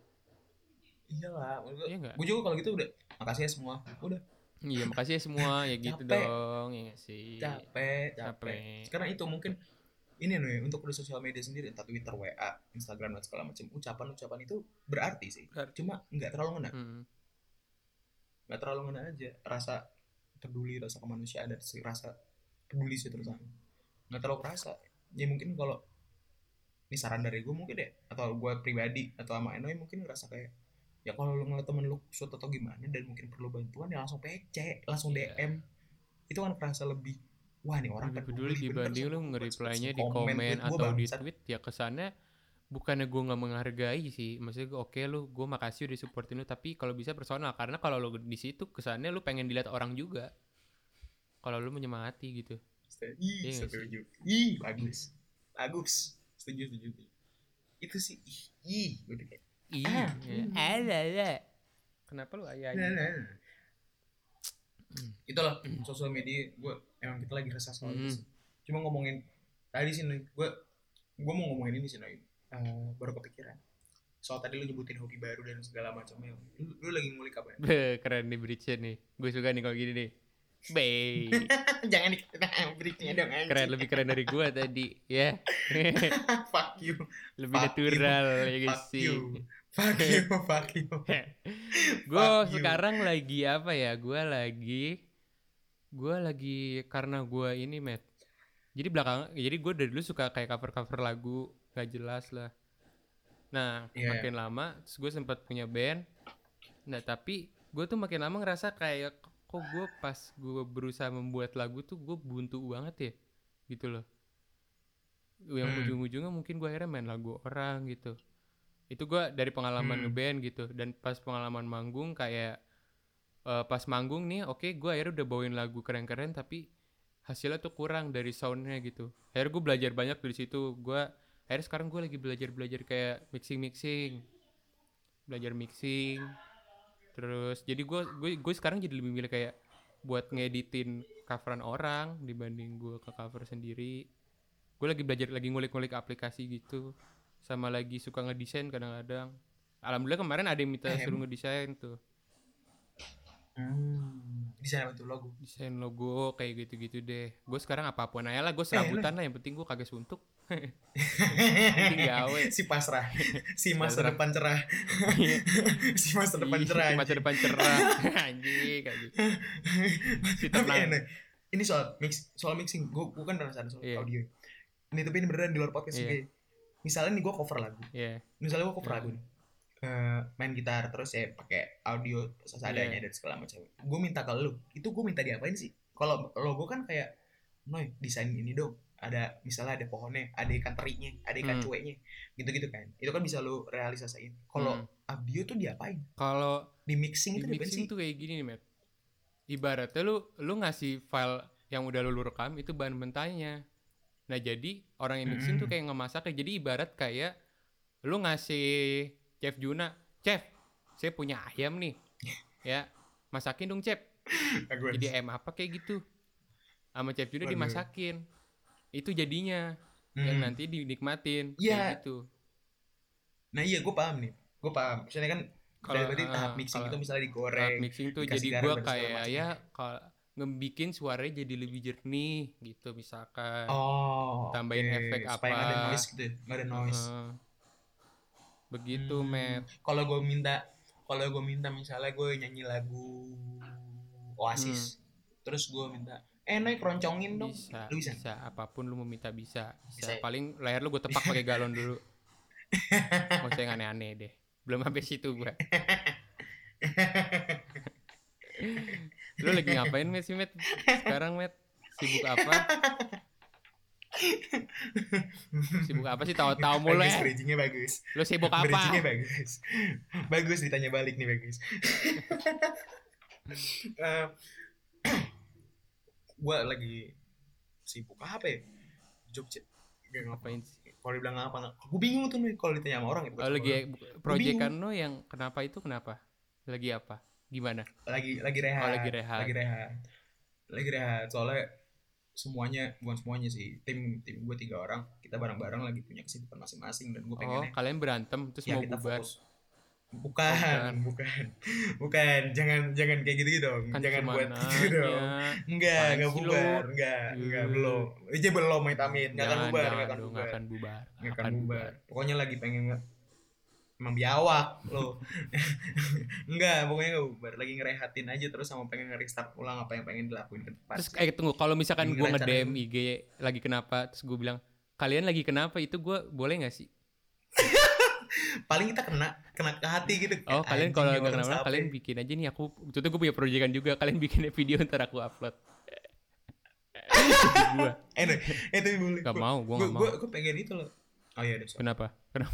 Speaker 3: Iyalah, gue juga kalau gitu udah makasih ya semua. Udah.
Speaker 2: Iya, makasih ya semua ya gitu dong, ya sih.
Speaker 3: Capek. Sekarang itu mungkin ini nih untuk di sosial media sendiri, entah Twitter, WA, Instagram dan segala macam, ucapan itu berarti sih. Cuma nggak terlalu ngena. Nggak terlalu ngena aja. Rasa peduli, rasa kemanusiaan dan rasa peduli sih terus nggak terlalu kerasa. Ya mungkin kalau ini saran dari gue mungkin deh, atau gue pribadi atau sama Enoy mungkin ngerasa kayak ya kalau lu ngeliat temen lu kusut atau gimana dan mungkin perlu bantuan ya langsung PC, langsung DM. Itu kan kerasa lebih wah nih orang
Speaker 2: peduli dibanding lu nge-reply-nya di komen atau di tweet. Ya kesannya bukannya gue nggak menghargai sih, maksudnya gue oke lu, gue makasih udah supportin lu, tapi kalau bisa personal, karena kalau lu di situ kesannya lu pengen dilihat orang juga kalau lu menyemangati gitu.
Speaker 3: Setuju. Bagus setuju itu sih gue kayak
Speaker 2: kenapa lu ayah
Speaker 3: itulah sosial media. Gue emang kita lagi resah soal itu sih. Cuma ngomongin tadi sih gue mau ngomongin ini sih baru kepikiran soal tadi lu nyebutin hobi baru dan segala macamnya. Lu lagi ngulik apa ya?
Speaker 2: Keren nih bridge-nya nih, gue suka nih kalau gini nih.
Speaker 3: Jangan bridge-nya dong anjing.
Speaker 2: Keren, lebih keren dari gue tadi ya.
Speaker 3: Fuck you.
Speaker 2: Lebih natural ya guys sih.
Speaker 3: Fuck you.
Speaker 2: Gue sekarang lagi apa ya? Gue lagi karena gue ini Matt. Jadi gue dari dulu suka kayak cover lagu gak jelas lah. Nah makin lama terus gue sempat punya band. Nah tapi gue tuh makin lama ngerasa kayak kok gue pas gue berusaha membuat lagu tuh gue buntu banget ya gitu loh. Yang ujung-ujungnya mungkin gue akhirnya main lagu orang gitu. Itu gue dari pengalaman ngeband gitu. Dan pas pengalaman manggung kayak pas manggung nih oke, gue akhirnya udah bawain lagu keren-keren tapi hasilnya tuh kurang dari soundnya gitu. Akhirnya gue belajar banyak dari situ. Akhirnya sekarang gue lagi belajar kayak mixing, belajar mixing. Terus jadi gue sekarang jadi lebih milih kayak buat ngeditin coveran orang dibanding gue ke cover sendiri. Gue lagi belajar, lagi ngulik-ngulik aplikasi gitu. Sama lagi suka ngedesain kadang-kadang. Alhamdulillah kemarin ada yang minta suruh ngedesain tuh.
Speaker 3: Desain apa tuh logo?
Speaker 2: Desain logo kayak gitu-gitu deh. Gue sekarang apapun aja lah, gue serabutan lah, yang penting gue kagak suntuk. Penting gawe.
Speaker 3: Si pasrah. Si masa depan cerah. Si masa depan cerah.
Speaker 2: Anjing kayak gitu.
Speaker 3: Si tenang. Ini soal mixing. Gue kan penasaran soal audio. Ini tapi ini beneran di luar podcast juga. Misalnya nih gue cover lagu. Misalnya gue cover lagu nih. Main gitar terus ya pakai audio seadanya dan segala macam. Gue minta ke lu, itu gue minta diapain sih? Kalau logo kan kayak, Noy desain ini dong. Ada misalnya ada pohonnya, ada ikan terinya, ada ikan cueknya, gitu-gitu kan. Itu kan bisa lu realisasiin. Kalau audio tuh diapain?
Speaker 2: Kalau
Speaker 3: di mixing itu
Speaker 2: mixing tuh kayak gini nih, Matt. Ibaratnya lu ngasih file yang udah lu rekam itu bahan mentahnya. Nah jadi orang yang mixing tuh kayak ngemasak. Jadi ibarat kayak lu ngasih Chef Juna, Chef, saya punya ayam nih, ya masakin dong Chef. Jadi ayam apa kayak gitu, sama Chef Juna dimasakin, itu jadinya yang nanti dinikmatin, kayak gitu.
Speaker 3: Nah iya gue paham. Misalnya kan berarti tahap mixing itu misalnya digoreng.
Speaker 2: Tahap mixing tuh jadi gue kayak ya kalau ngebikin suaranya jadi lebih jernih gitu misalkan. Tambahin efek
Speaker 3: supaya
Speaker 2: apa?
Speaker 3: Supaya nggak ada noise gitu, nggak ada noise.
Speaker 2: Begitu Matt.
Speaker 3: Kalau gue minta misalnya gue nyanyi lagu Oasis, terus gue minta Noy keroncongin dong.
Speaker 2: Bisa apapun lu mau minta bisa. Paling layar lu gue tepak pakai galon dulu. Mau saya aneh-aneh deh, belum sampai situ gue. Lu lagi ngapain Matt sekarang Matt? Sibuk apa? Sih tahu-tahu mulu ya.
Speaker 3: Bridging-nya bagus.
Speaker 2: Lu sibuk apa?
Speaker 3: Bridging-nya bagus ditanya balik nih bagus. Gue lagi sibuk apa ya? Jogja.
Speaker 2: Ngapain sih?
Speaker 3: Kalau dibilang apa? Gue bingung tuh nih kalau ditanya sama orang.
Speaker 2: Lagi proyekan lo yang kenapa? Lagi apa? Gimana?
Speaker 3: Lagi rehat. Soalnya bukan semuanya sih, tim gue 3 orang, kita bareng-bareng lagi punya kesibukan masing-masing dan gue pengennya
Speaker 2: kalian berantem terus mau bubar?
Speaker 3: Bukan, jangan kayak gitu dong, kan jangan buat gitu dong. Enggak bubar, enggak belum amit-amit, enggak akan bubar.
Speaker 2: Pokoknya
Speaker 3: Pokoknya lagi pengen emang biawak lo. Enggak, pokoknya gue baru lagi ngerehatin aja terus sama pengen nge-restart ulang apa yang pengen dilakuin ke depan.
Speaker 2: Terus tunggu, kalau misalkan gue nge-DM IG lagi kenapa, terus gue bilang kalian lagi kenapa, itu gue boleh nggak sih?
Speaker 3: Paling kita kena ke hati gitu.
Speaker 2: Oh, kalian kalau nggak kenapa kalian bikin aja nih, aku itu gue punya proyekan juga, kalian bikin video ntar aku upload. Gue
Speaker 3: itu boleh.
Speaker 2: Gak mau, gue nggak mau.
Speaker 3: Gue pengen itu loh. Oh iya deh.
Speaker 2: Kenapa?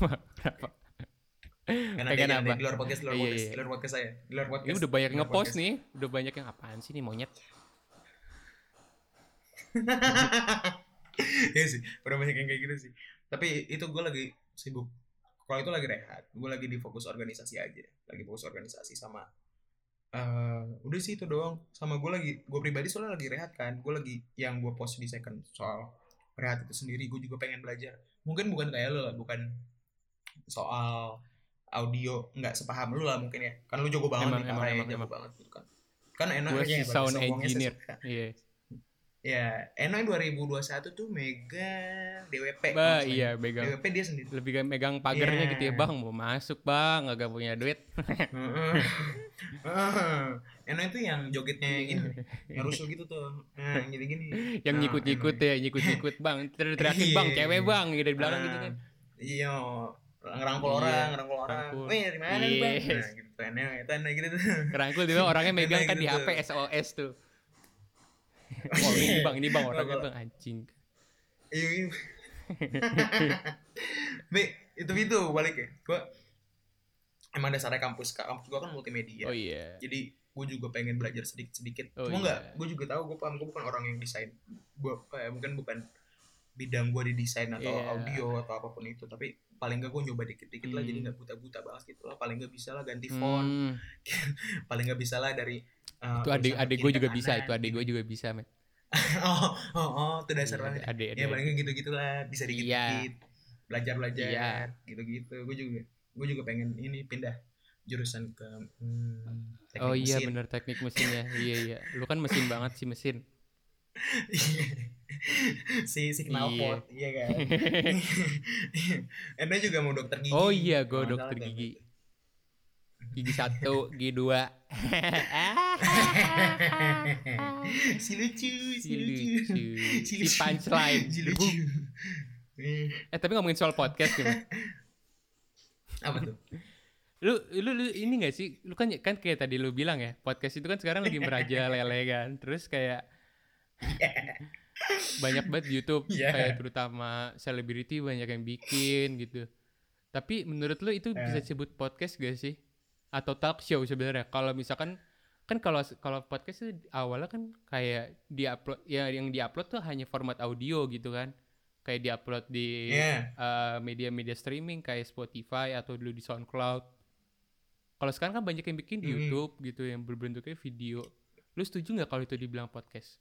Speaker 3: Pengen apa? Di luar podcast saya. Di luar podcast.
Speaker 2: Ini udah banyak ngepost nih, udah banyak yang apaan sih nih monyet.
Speaker 3: Iya sih, udah banyak yang kayak gitu sih. Tapi itu gue lagi sibuk. Kalau itu lagi rehat, gue lagi di fokus organisasi aja. Lagi fokus organisasi sama udah sih itu doang. Sama gue pribadi soalnya lagi rehat kan. Gue lagi yang gue post di second soal rehat itu sendiri. Gue juga pengen belajar. Mungkin bukan kayak lo lah, bukan soal audio, nggak sepaham lu lah mungkin ya. Kan lu jago banget nih, jago banget gitu kan. Kan Eno aja yang
Speaker 2: sound engineer. Iya.
Speaker 3: Ya, Eno 2021 tuh megang DWP.
Speaker 2: Iya, megang.
Speaker 3: DWP dia sendiri.
Speaker 2: Lebih megang pagernya gitu ya, Bang. Mau masuk, Bang. Agak punya duit.
Speaker 3: Eno itu yang jogetnya gini, yang rusuh gitu tuh. Nah, gini-gini.
Speaker 2: Yang nyikut-nyikut ya, nyikut-nyikut, Bang. Teriakin, Bang, cewek, Bang, gitu di belakang gitu kan.
Speaker 3: Iya, ngerangkul orang. Wih, dari mana nih, Bang? Nah, gitu. Eno gitu tuh.
Speaker 2: Ngerangkul juga orangnya megang kan di HP SOS tuh. Oh, ini bang orangnya bang anjing.
Speaker 3: Iya. itu balik ya. Gue emang dasarnya kampus gue kan multimedia.
Speaker 2: Oh iya.
Speaker 3: Jadi gue juga pengen belajar sedikit. Cuma enggak, gue juga tahu gue bukan orang yang desain. Gue mungkin bukan bidang gue di desain atau audio atau apapun itu, tapi paling enggak gue nyoba dikit-dikit lah, jadi enggak buta-buta banget gitu lah. Paling enggak bisa lah ganti font. Paling enggak bisa lah dari
Speaker 2: itu adik gue juga bisa, men.
Speaker 3: Itu dasar banget. Ya paling enggak gitu-gitulah, bisa dikit-dikit. Belajar gitu-gitu. Gue juga pengen ini pindah jurusan ke
Speaker 2: teknik mesin. Bener, teknik mesin ya. Iya. Lu kan mesin banget sih, mesin.
Speaker 3: si knalpot, iya kan. Anda juga mau dokter gigi.
Speaker 2: Oh iya, gue dokter gigi. Gigi 1, gigi 2.
Speaker 3: Si lucu.
Speaker 2: Si punchline. Tapi ngomongin soal podcast gitu.
Speaker 3: Apa tuh?
Speaker 2: Lu ini gak sih? Lu kan kayak tadi lu bilang ya, podcast itu kan sekarang lagi merajalela kan. Terus kayak banyak banget YouTube, kayak terutama selebriti banyak yang bikin gitu. Tapi menurut lu itu bisa disebut podcast gak sih? Atau talk show sebenarnya? Kalau misalkan kan kalau podcast itu awalnya kan kayak diupload, ya yang diupload tuh hanya format audio gitu kan, kayak diupload di media-media streaming kayak Spotify atau dulu di SoundCloud. Kalau sekarang kan banyak yang bikin di YouTube gitu yang berbentuknya video. Lu setuju nggak kalau itu dibilang podcast?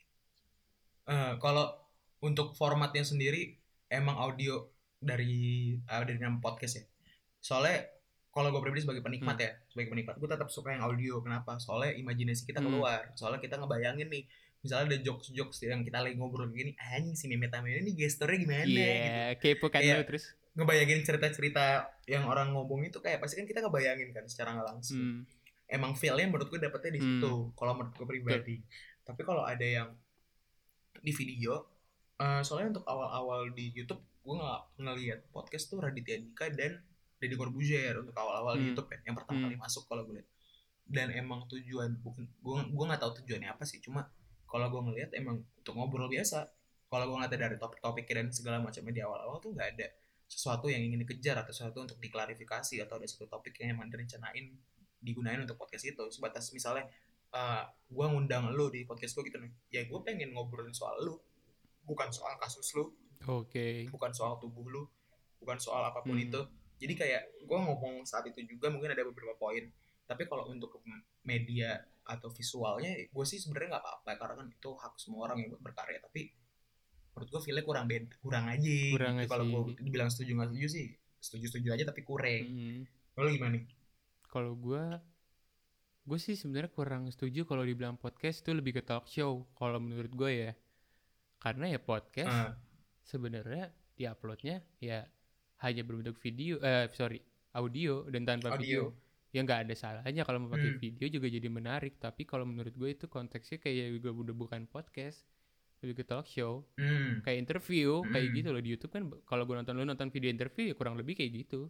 Speaker 3: Kalau untuk formatnya sendiri emang audio dari nama podcast ya. Soalnya kalau gue pribadi sebagai penikmat gue tetap suka yang audio. Kenapa? Soalnya imajinasi kita keluar. Soalnya kita ngebayangin nih, misalnya ada jokes yang kita lagi ngobrol gini, anjing si Mehmet Amin ini gesturnya gimana gitu.
Speaker 2: Kepo kan lu terus
Speaker 3: ngebayangin cerita-cerita yang orang ngomong itu kayak pasti kan kita ngebayangin kan secara nggak langsung. Emang feel-nya menurut gue dapetnya di situ. Kalau menurut gue pribadi. Tapi kalau ada yang di video, soalnya untuk awal-awal di YouTube gue nggak ngelihat podcast tuh Raditya Dika dan Deddy Corbuzier untuk awal-awal di YouTube ya, yang pertama kali masuk kalau gue lihat. Dan emang tujuan gue nggak tahu tujuannya apa sih, cuma kalau gue ngelihat emang untuk ngobrol biasa. Kalau gue ngeliat dari topik-topiknya dan segala macamnya di awal-awal tuh nggak ada sesuatu yang ingin dikejar atau sesuatu untuk diklarifikasi atau ada satu topik yang emang direncanain digunain untuk podcast itu. Sebatas misalnya gue ngundang lo di podcast gue gitu nih, ya gue pengen ngobrolin soal lo, bukan soal kasus lo, bukan soal tubuh lo, bukan soal apapun itu. Jadi kayak gue ngomong saat itu juga mungkin ada beberapa poin. Tapi kalau untuk media atau visualnya, gue sih sebenarnya nggak apa-apa karena kan itu hak semua orang yang buat berkarya. Tapi menurut gue feel-nya kurang aja. Kalau gue dibilang setuju nggak setuju sih, setuju aja tapi kurang. Lo gimana nih?
Speaker 2: Kalau gue sih sebenarnya kurang setuju kalau dibilang podcast itu lebih ke talk show. Kalau menurut gue ya, karena ya podcast sebenarnya diuploadnya ya hanya berbentuk video, audio dan tanpa video. Ya nggak ada salahnya kalau mau pakai video juga jadi menarik. Tapi kalau menurut gue itu konteksnya kayak juga udah bukan podcast, lebih ke talk show, kayak interview, kayak gitu loh di YouTube kan. Kalau gue nonton video interview ya kurang lebih kayak gitu.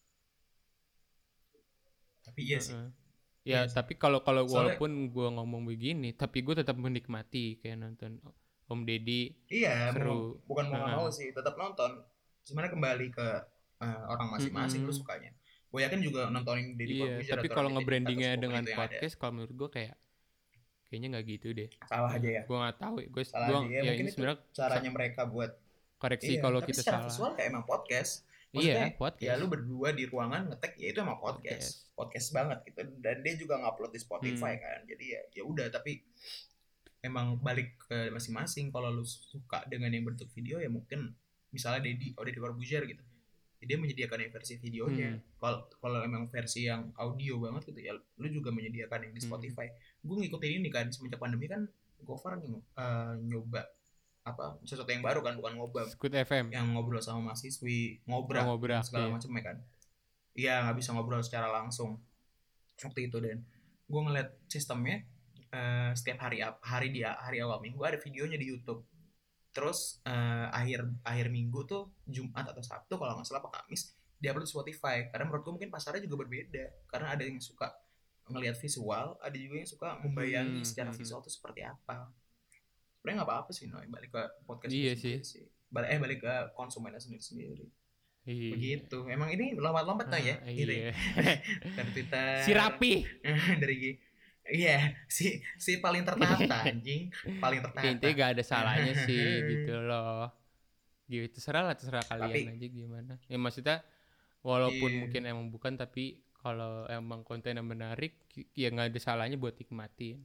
Speaker 3: Tapi iya sih.
Speaker 2: Ya tapi kalau walaupun gue ngomong begini, tapi gue tetap menikmati kayak nonton Om Deddy.
Speaker 3: Iya, seru. Bukan mau sih, tetap nonton. Sebenarnya kembali ke orang masing-masing lu sukanya. Gue yakin juga nontonin Deddy Corbuzier.
Speaker 2: Tapi kalau nge-brandingnya dengan podcast, kalau menurut gue kayaknya nggak gitu deh.
Speaker 3: Salah aja ya.
Speaker 2: Gue nggak tahu. Gue
Speaker 3: ya mungkin itu caranya mereka buat
Speaker 2: koreksi kalau kita salah.
Speaker 3: Tapi secara visual kayak emang podcast.
Speaker 2: Maksudnya, podcast.
Speaker 3: Ya lu berdua di ruangan ngetek ya itu emang podcast banget gitu. Dan dia juga ngupload di Spotify kan. Jadi ya udah, tapi emang balik ke masing-masing. Kalau lu suka dengan yang bentuk video ya mungkin misalnya Deddy Corbuzier gitu. Dia menyediakan yang versi videonya. Kalau emang versi yang audio banget gitu ya lu juga menyediakan yang di Spotify. Gue ngikutin ini kan semenjak pandemi kan Gofar nyoba sesuatu yang baru kan, bukan ngobam.
Speaker 2: Scoot FM
Speaker 3: yang ngobrol sama mahasiswi, ngobrak segala macam ya kan. Iya, nggak bisa ngobrol secara langsung waktu itu. Dan gue ngeliat sistemnya setiap hari awal minggu ada videonya di YouTube. Terus akhir minggu tuh Jumat atau Sabtu kalau nggak salah apa Kamis diupload di Spotify. Karena menurut gue mungkin pasarnya juga berbeda. Karena ada yang suka ngelihat visual, ada juga yang suka membayangi secara visual itu seperti apa. Sebenarnya nggak apa-apa sih, balik ke podcast.
Speaker 2: Iya sih.
Speaker 3: Balik ke konsumennya sendiri.
Speaker 2: Iya.
Speaker 3: Begitu. Emang ini lompat-lompat ya.
Speaker 2: Iya.
Speaker 3: Gitu ya. Dari Twitter.
Speaker 2: Si rapi.
Speaker 3: Dari si paling tertata anjing, paling tertata.
Speaker 2: Intinya gak ada salahnya sih gitu loh. Gitu terserah kalian aja gimana. Ya maksudnya walaupun mungkin emang bukan, tapi kalau emang kontennya menarik ya nggak ada salahnya buat nikmatin.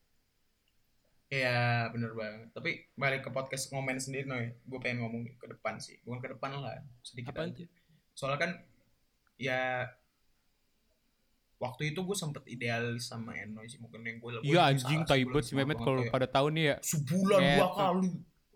Speaker 3: Iya bener banget. Tapi balik ke podcast ngomen sendiri gue pengen ngomong ke depan sih. Bukan ke depan lah, sedikit aja. Soalnya kan ya waktu itu gue sempet idealis sama Eno sih, mungkin yang gue
Speaker 2: iya anjing taibet si Mehmet kalau pada tahun nih ya
Speaker 3: sebulan 2 kali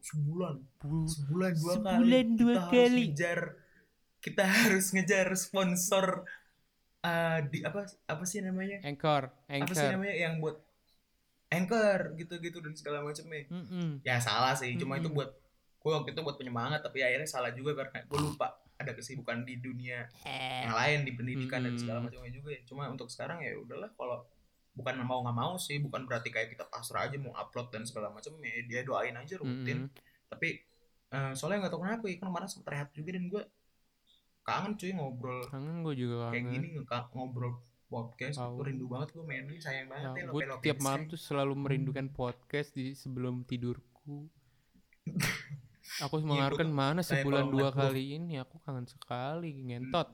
Speaker 3: sebulan 2 kali kita harus ngejar sponsor di apa sih namanya
Speaker 2: Anchor
Speaker 3: apa sih namanya yang buat Anchor gitu dan segala macamnya. Ya salah sih, cuma itu buat gue waktu itu buat penyemangat, tapi akhirnya salah juga karena gue lupa ada kesibukan di dunia yang lain, di pendidikan dan segala macamnya juga ya. Cuma untuk sekarang ya udahlah, kalau bukan mau nggak mau sih, bukan berarti kayak kita pasrah aja mau upload dan segala macamnya, dia doain aja rutin. Tapi soalnya nggak tahu kenapa ya, kan kemarin sempet rehat juga dan gue kangen cuy ngobrol.
Speaker 2: Kangen gue juga
Speaker 3: kayak gini ngobrol podcast. Gue rindu banget gue mainnya, sayang banget ya.
Speaker 2: Gue tiap malam tuh selalu merindukan podcast di sebelum tidurku. Aku mengharapkan mana sebulan 2 kali ini, aku kangen sekali ngentot.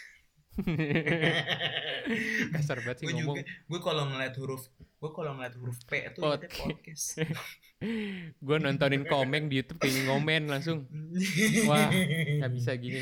Speaker 2: Kasar banget sih ngomong.
Speaker 3: Gue kalau ngeliat huruf P itu podcast.
Speaker 2: Gue nontonin Komeng di YouTube pengen ngomen langsung. Wah, nggak bisa gini.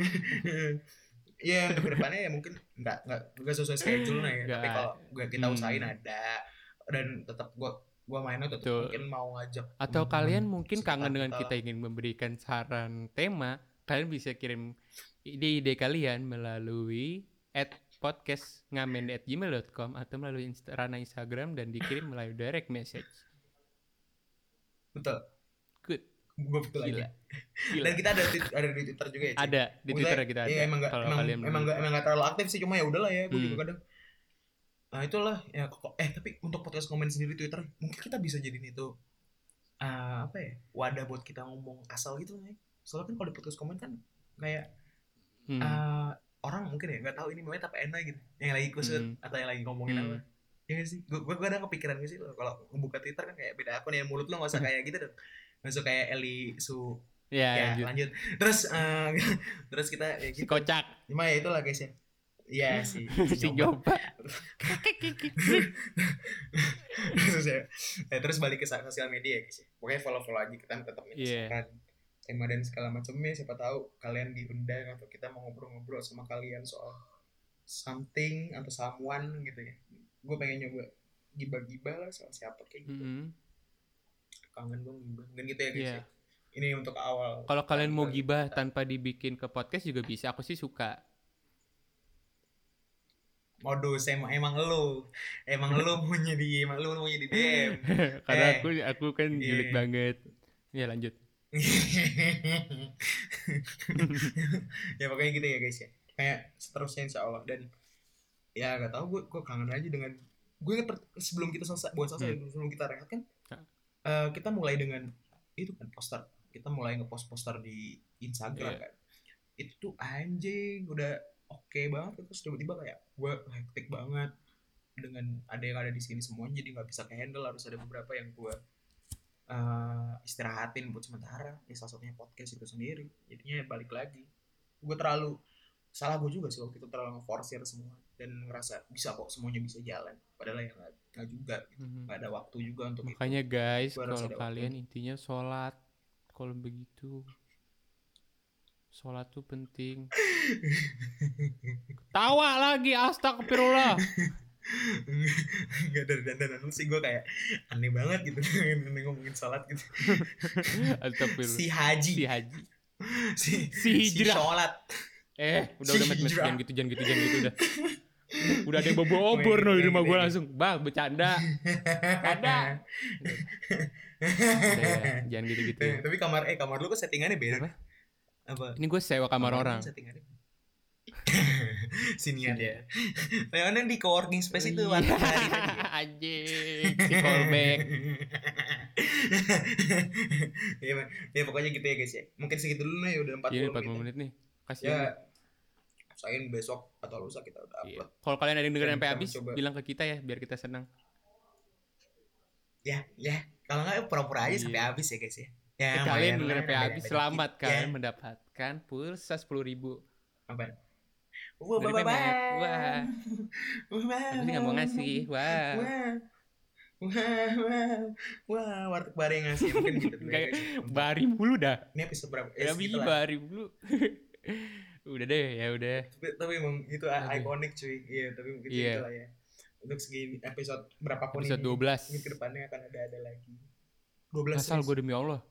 Speaker 3: Iya, untuk kedepannya ya mungkin nggak sesuai schedule ya. Tapi kalau kita usahain ada, dan tetap gue mainnya tetap mungkin mau ngajak.
Speaker 2: Atau kalian mungkin kangen dengan kita ingin memberikan saran tema, kalian bisa kirim ide-ide kalian melalui @podcastngamen@gmail.com atau melalui ranah Instagram dan dikirim melalui direct message.
Speaker 3: Betul.
Speaker 2: Good.
Speaker 3: Gue betul aja. Dan kita ada di Twitter juga ya.
Speaker 2: Ada di Twitter kita ada.
Speaker 3: Iya, emang nggak terlalu aktif sih, cuma ya udahlah ya. Gue juga kadang. Nah itulah ya. Tapi untuk podcast komen sendiri Twitter, mungkin kita bisa jadiin itu wadah buat kita ngomong asal gitu nih. Soalnya kan kalau di podcast komen kan kayak orang mungkin ya nggak tahu ini Mehmet apa Ena gitu, yang lagi kusut atau yang lagi ngomongin apa. Ya sih, gue kadang kepikiran sih loh, kalau ngebuka Twitter kan kayak beda akun ya, mulut lo nggak usah kayak gitu dong, nggak usah kayak Eli Su. Ya lanjut. Terus kita ya gitu.
Speaker 2: Si kocak.
Speaker 3: Cuma ya itulah guys ya. Iya sih.
Speaker 2: Si nyoba.
Speaker 3: Terus balik ke sosial media ya guys. Pokoknya follow aja, kita tetap menyesuaikan tema dan segala macamnya. Siapa tahu kalian diundang atau kita mau ngobrol-ngobrol sama kalian soal something atau someone gitu ya. Gue pengen nyoba gibah-gibah lah soal siapa kayak gitu. Kangen gue gibah. Dan gitu ya guys ya. Ini untuk awal.
Speaker 2: Kalau kalian mau gibah tanpa dibikin ke podcast juga bisa. Aku sih suka.
Speaker 3: Modus emang lu maunya di DM.
Speaker 2: Karena aku kan julid banget. Ya lanjut.
Speaker 3: Ya pokoknya gitu ya guys ya. Kayak seterusnya insya Allah. Dan ya gak tahu gue kangen aja dengan gue inget sebelum kita selesai sebelum kita rehat kan kita mulai dengan itu kan poster. Kita mulai ngepost poster di Instagram kan. Itu tuh anjing udah oke banget, terus tiba-tiba kayak gue hektik banget dengan ada yang ada di sini semuanya, jadi nggak bisa handle, harus ada beberapa yang gue istirahatin buat sementara. Ya salah satunya podcast itu sendiri, jadinya balik lagi. Gue terlalu salah gue juga sih waktu itu, terlalu nge-forsir semua dan ngerasa bisa kok semuanya bisa jalan, padahal ya nggak juga gitu. Nggak ada waktu juga untuk
Speaker 2: makanya
Speaker 3: itu.
Speaker 2: Guys, kalau kalian intinya sholat, kalau begitu sholat tuh penting. Tawa lagi, astagfirullah.
Speaker 3: Enggak, dari dandanan lu sih gue kayak aneh banget gitu ngomongin sholat gitu.
Speaker 2: Astagfirullah.
Speaker 3: Si haji
Speaker 2: si hijrah
Speaker 3: sholat.
Speaker 2: Udah jangan gitu udah. Udah ada yang bawa obor di rumah gue langsung, bang bercanda. Ada. Jangan gitu.
Speaker 3: Tapi kamar lu kok settingannya beda? Apa?
Speaker 2: Ini gue sewa kamar orang.
Speaker 3: Sinian ya. Leonan di coworking space itu warna hari tadi.
Speaker 2: Anjing, si callback.
Speaker 3: Ya pokoknya gitu ya guys ya. Mungkin segitu dulu nih, udah
Speaker 2: 40 menit nih. Kasih
Speaker 3: ya. Usahain besok atau lusa kita udah upload.
Speaker 2: Kalau kalian ada yang dengerin sampai habis, bilang ke kita ya biar kita senang.
Speaker 3: Ya. Kalau enggak pura-pura aja sampai habis ya guys ya.
Speaker 2: Ya, kalian dengerin sampai habis, selamat kalian mendapatkan pulsa 10.000.
Speaker 3: Apa?
Speaker 2: Wah. Aku sih gak mau ngasih.
Speaker 3: Wah, warteg Bari yang ngasih mungkin gitu.
Speaker 2: Bari mulu dah.
Speaker 3: Ini episode berapa?
Speaker 2: Bari mulu. Udah deh, ya udah.
Speaker 3: Tapi emang itu ikonik cuy. Iya, tapi mungkin gitu lah ya. Untuk segini episode berapapun
Speaker 2: episode
Speaker 3: ini.
Speaker 2: 12.
Speaker 3: Mungkin kedepannya akan ada lagi. 12.
Speaker 2: Asal gue demi Allah.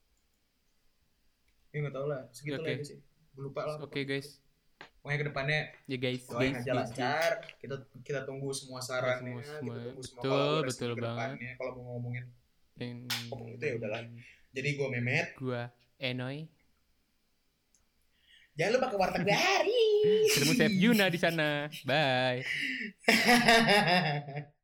Speaker 3: Ya nggak tahu lah, segitu lah sih. Lupa lah.
Speaker 2: Oke guys.
Speaker 3: Pokoknya kedepannya
Speaker 2: ya guys,
Speaker 3: doain aja lancar. Kita tunggu semua sarannya, kita tunggu semua kolaborasi kedepannya. Kalau mau ngomong itu ya udahlah. Jadi gue Mehmet,
Speaker 2: gue Enoy.
Speaker 3: Jangan lupa ke warteg Bari.
Speaker 2: Ketemu Chef Yuna di sana. Bye.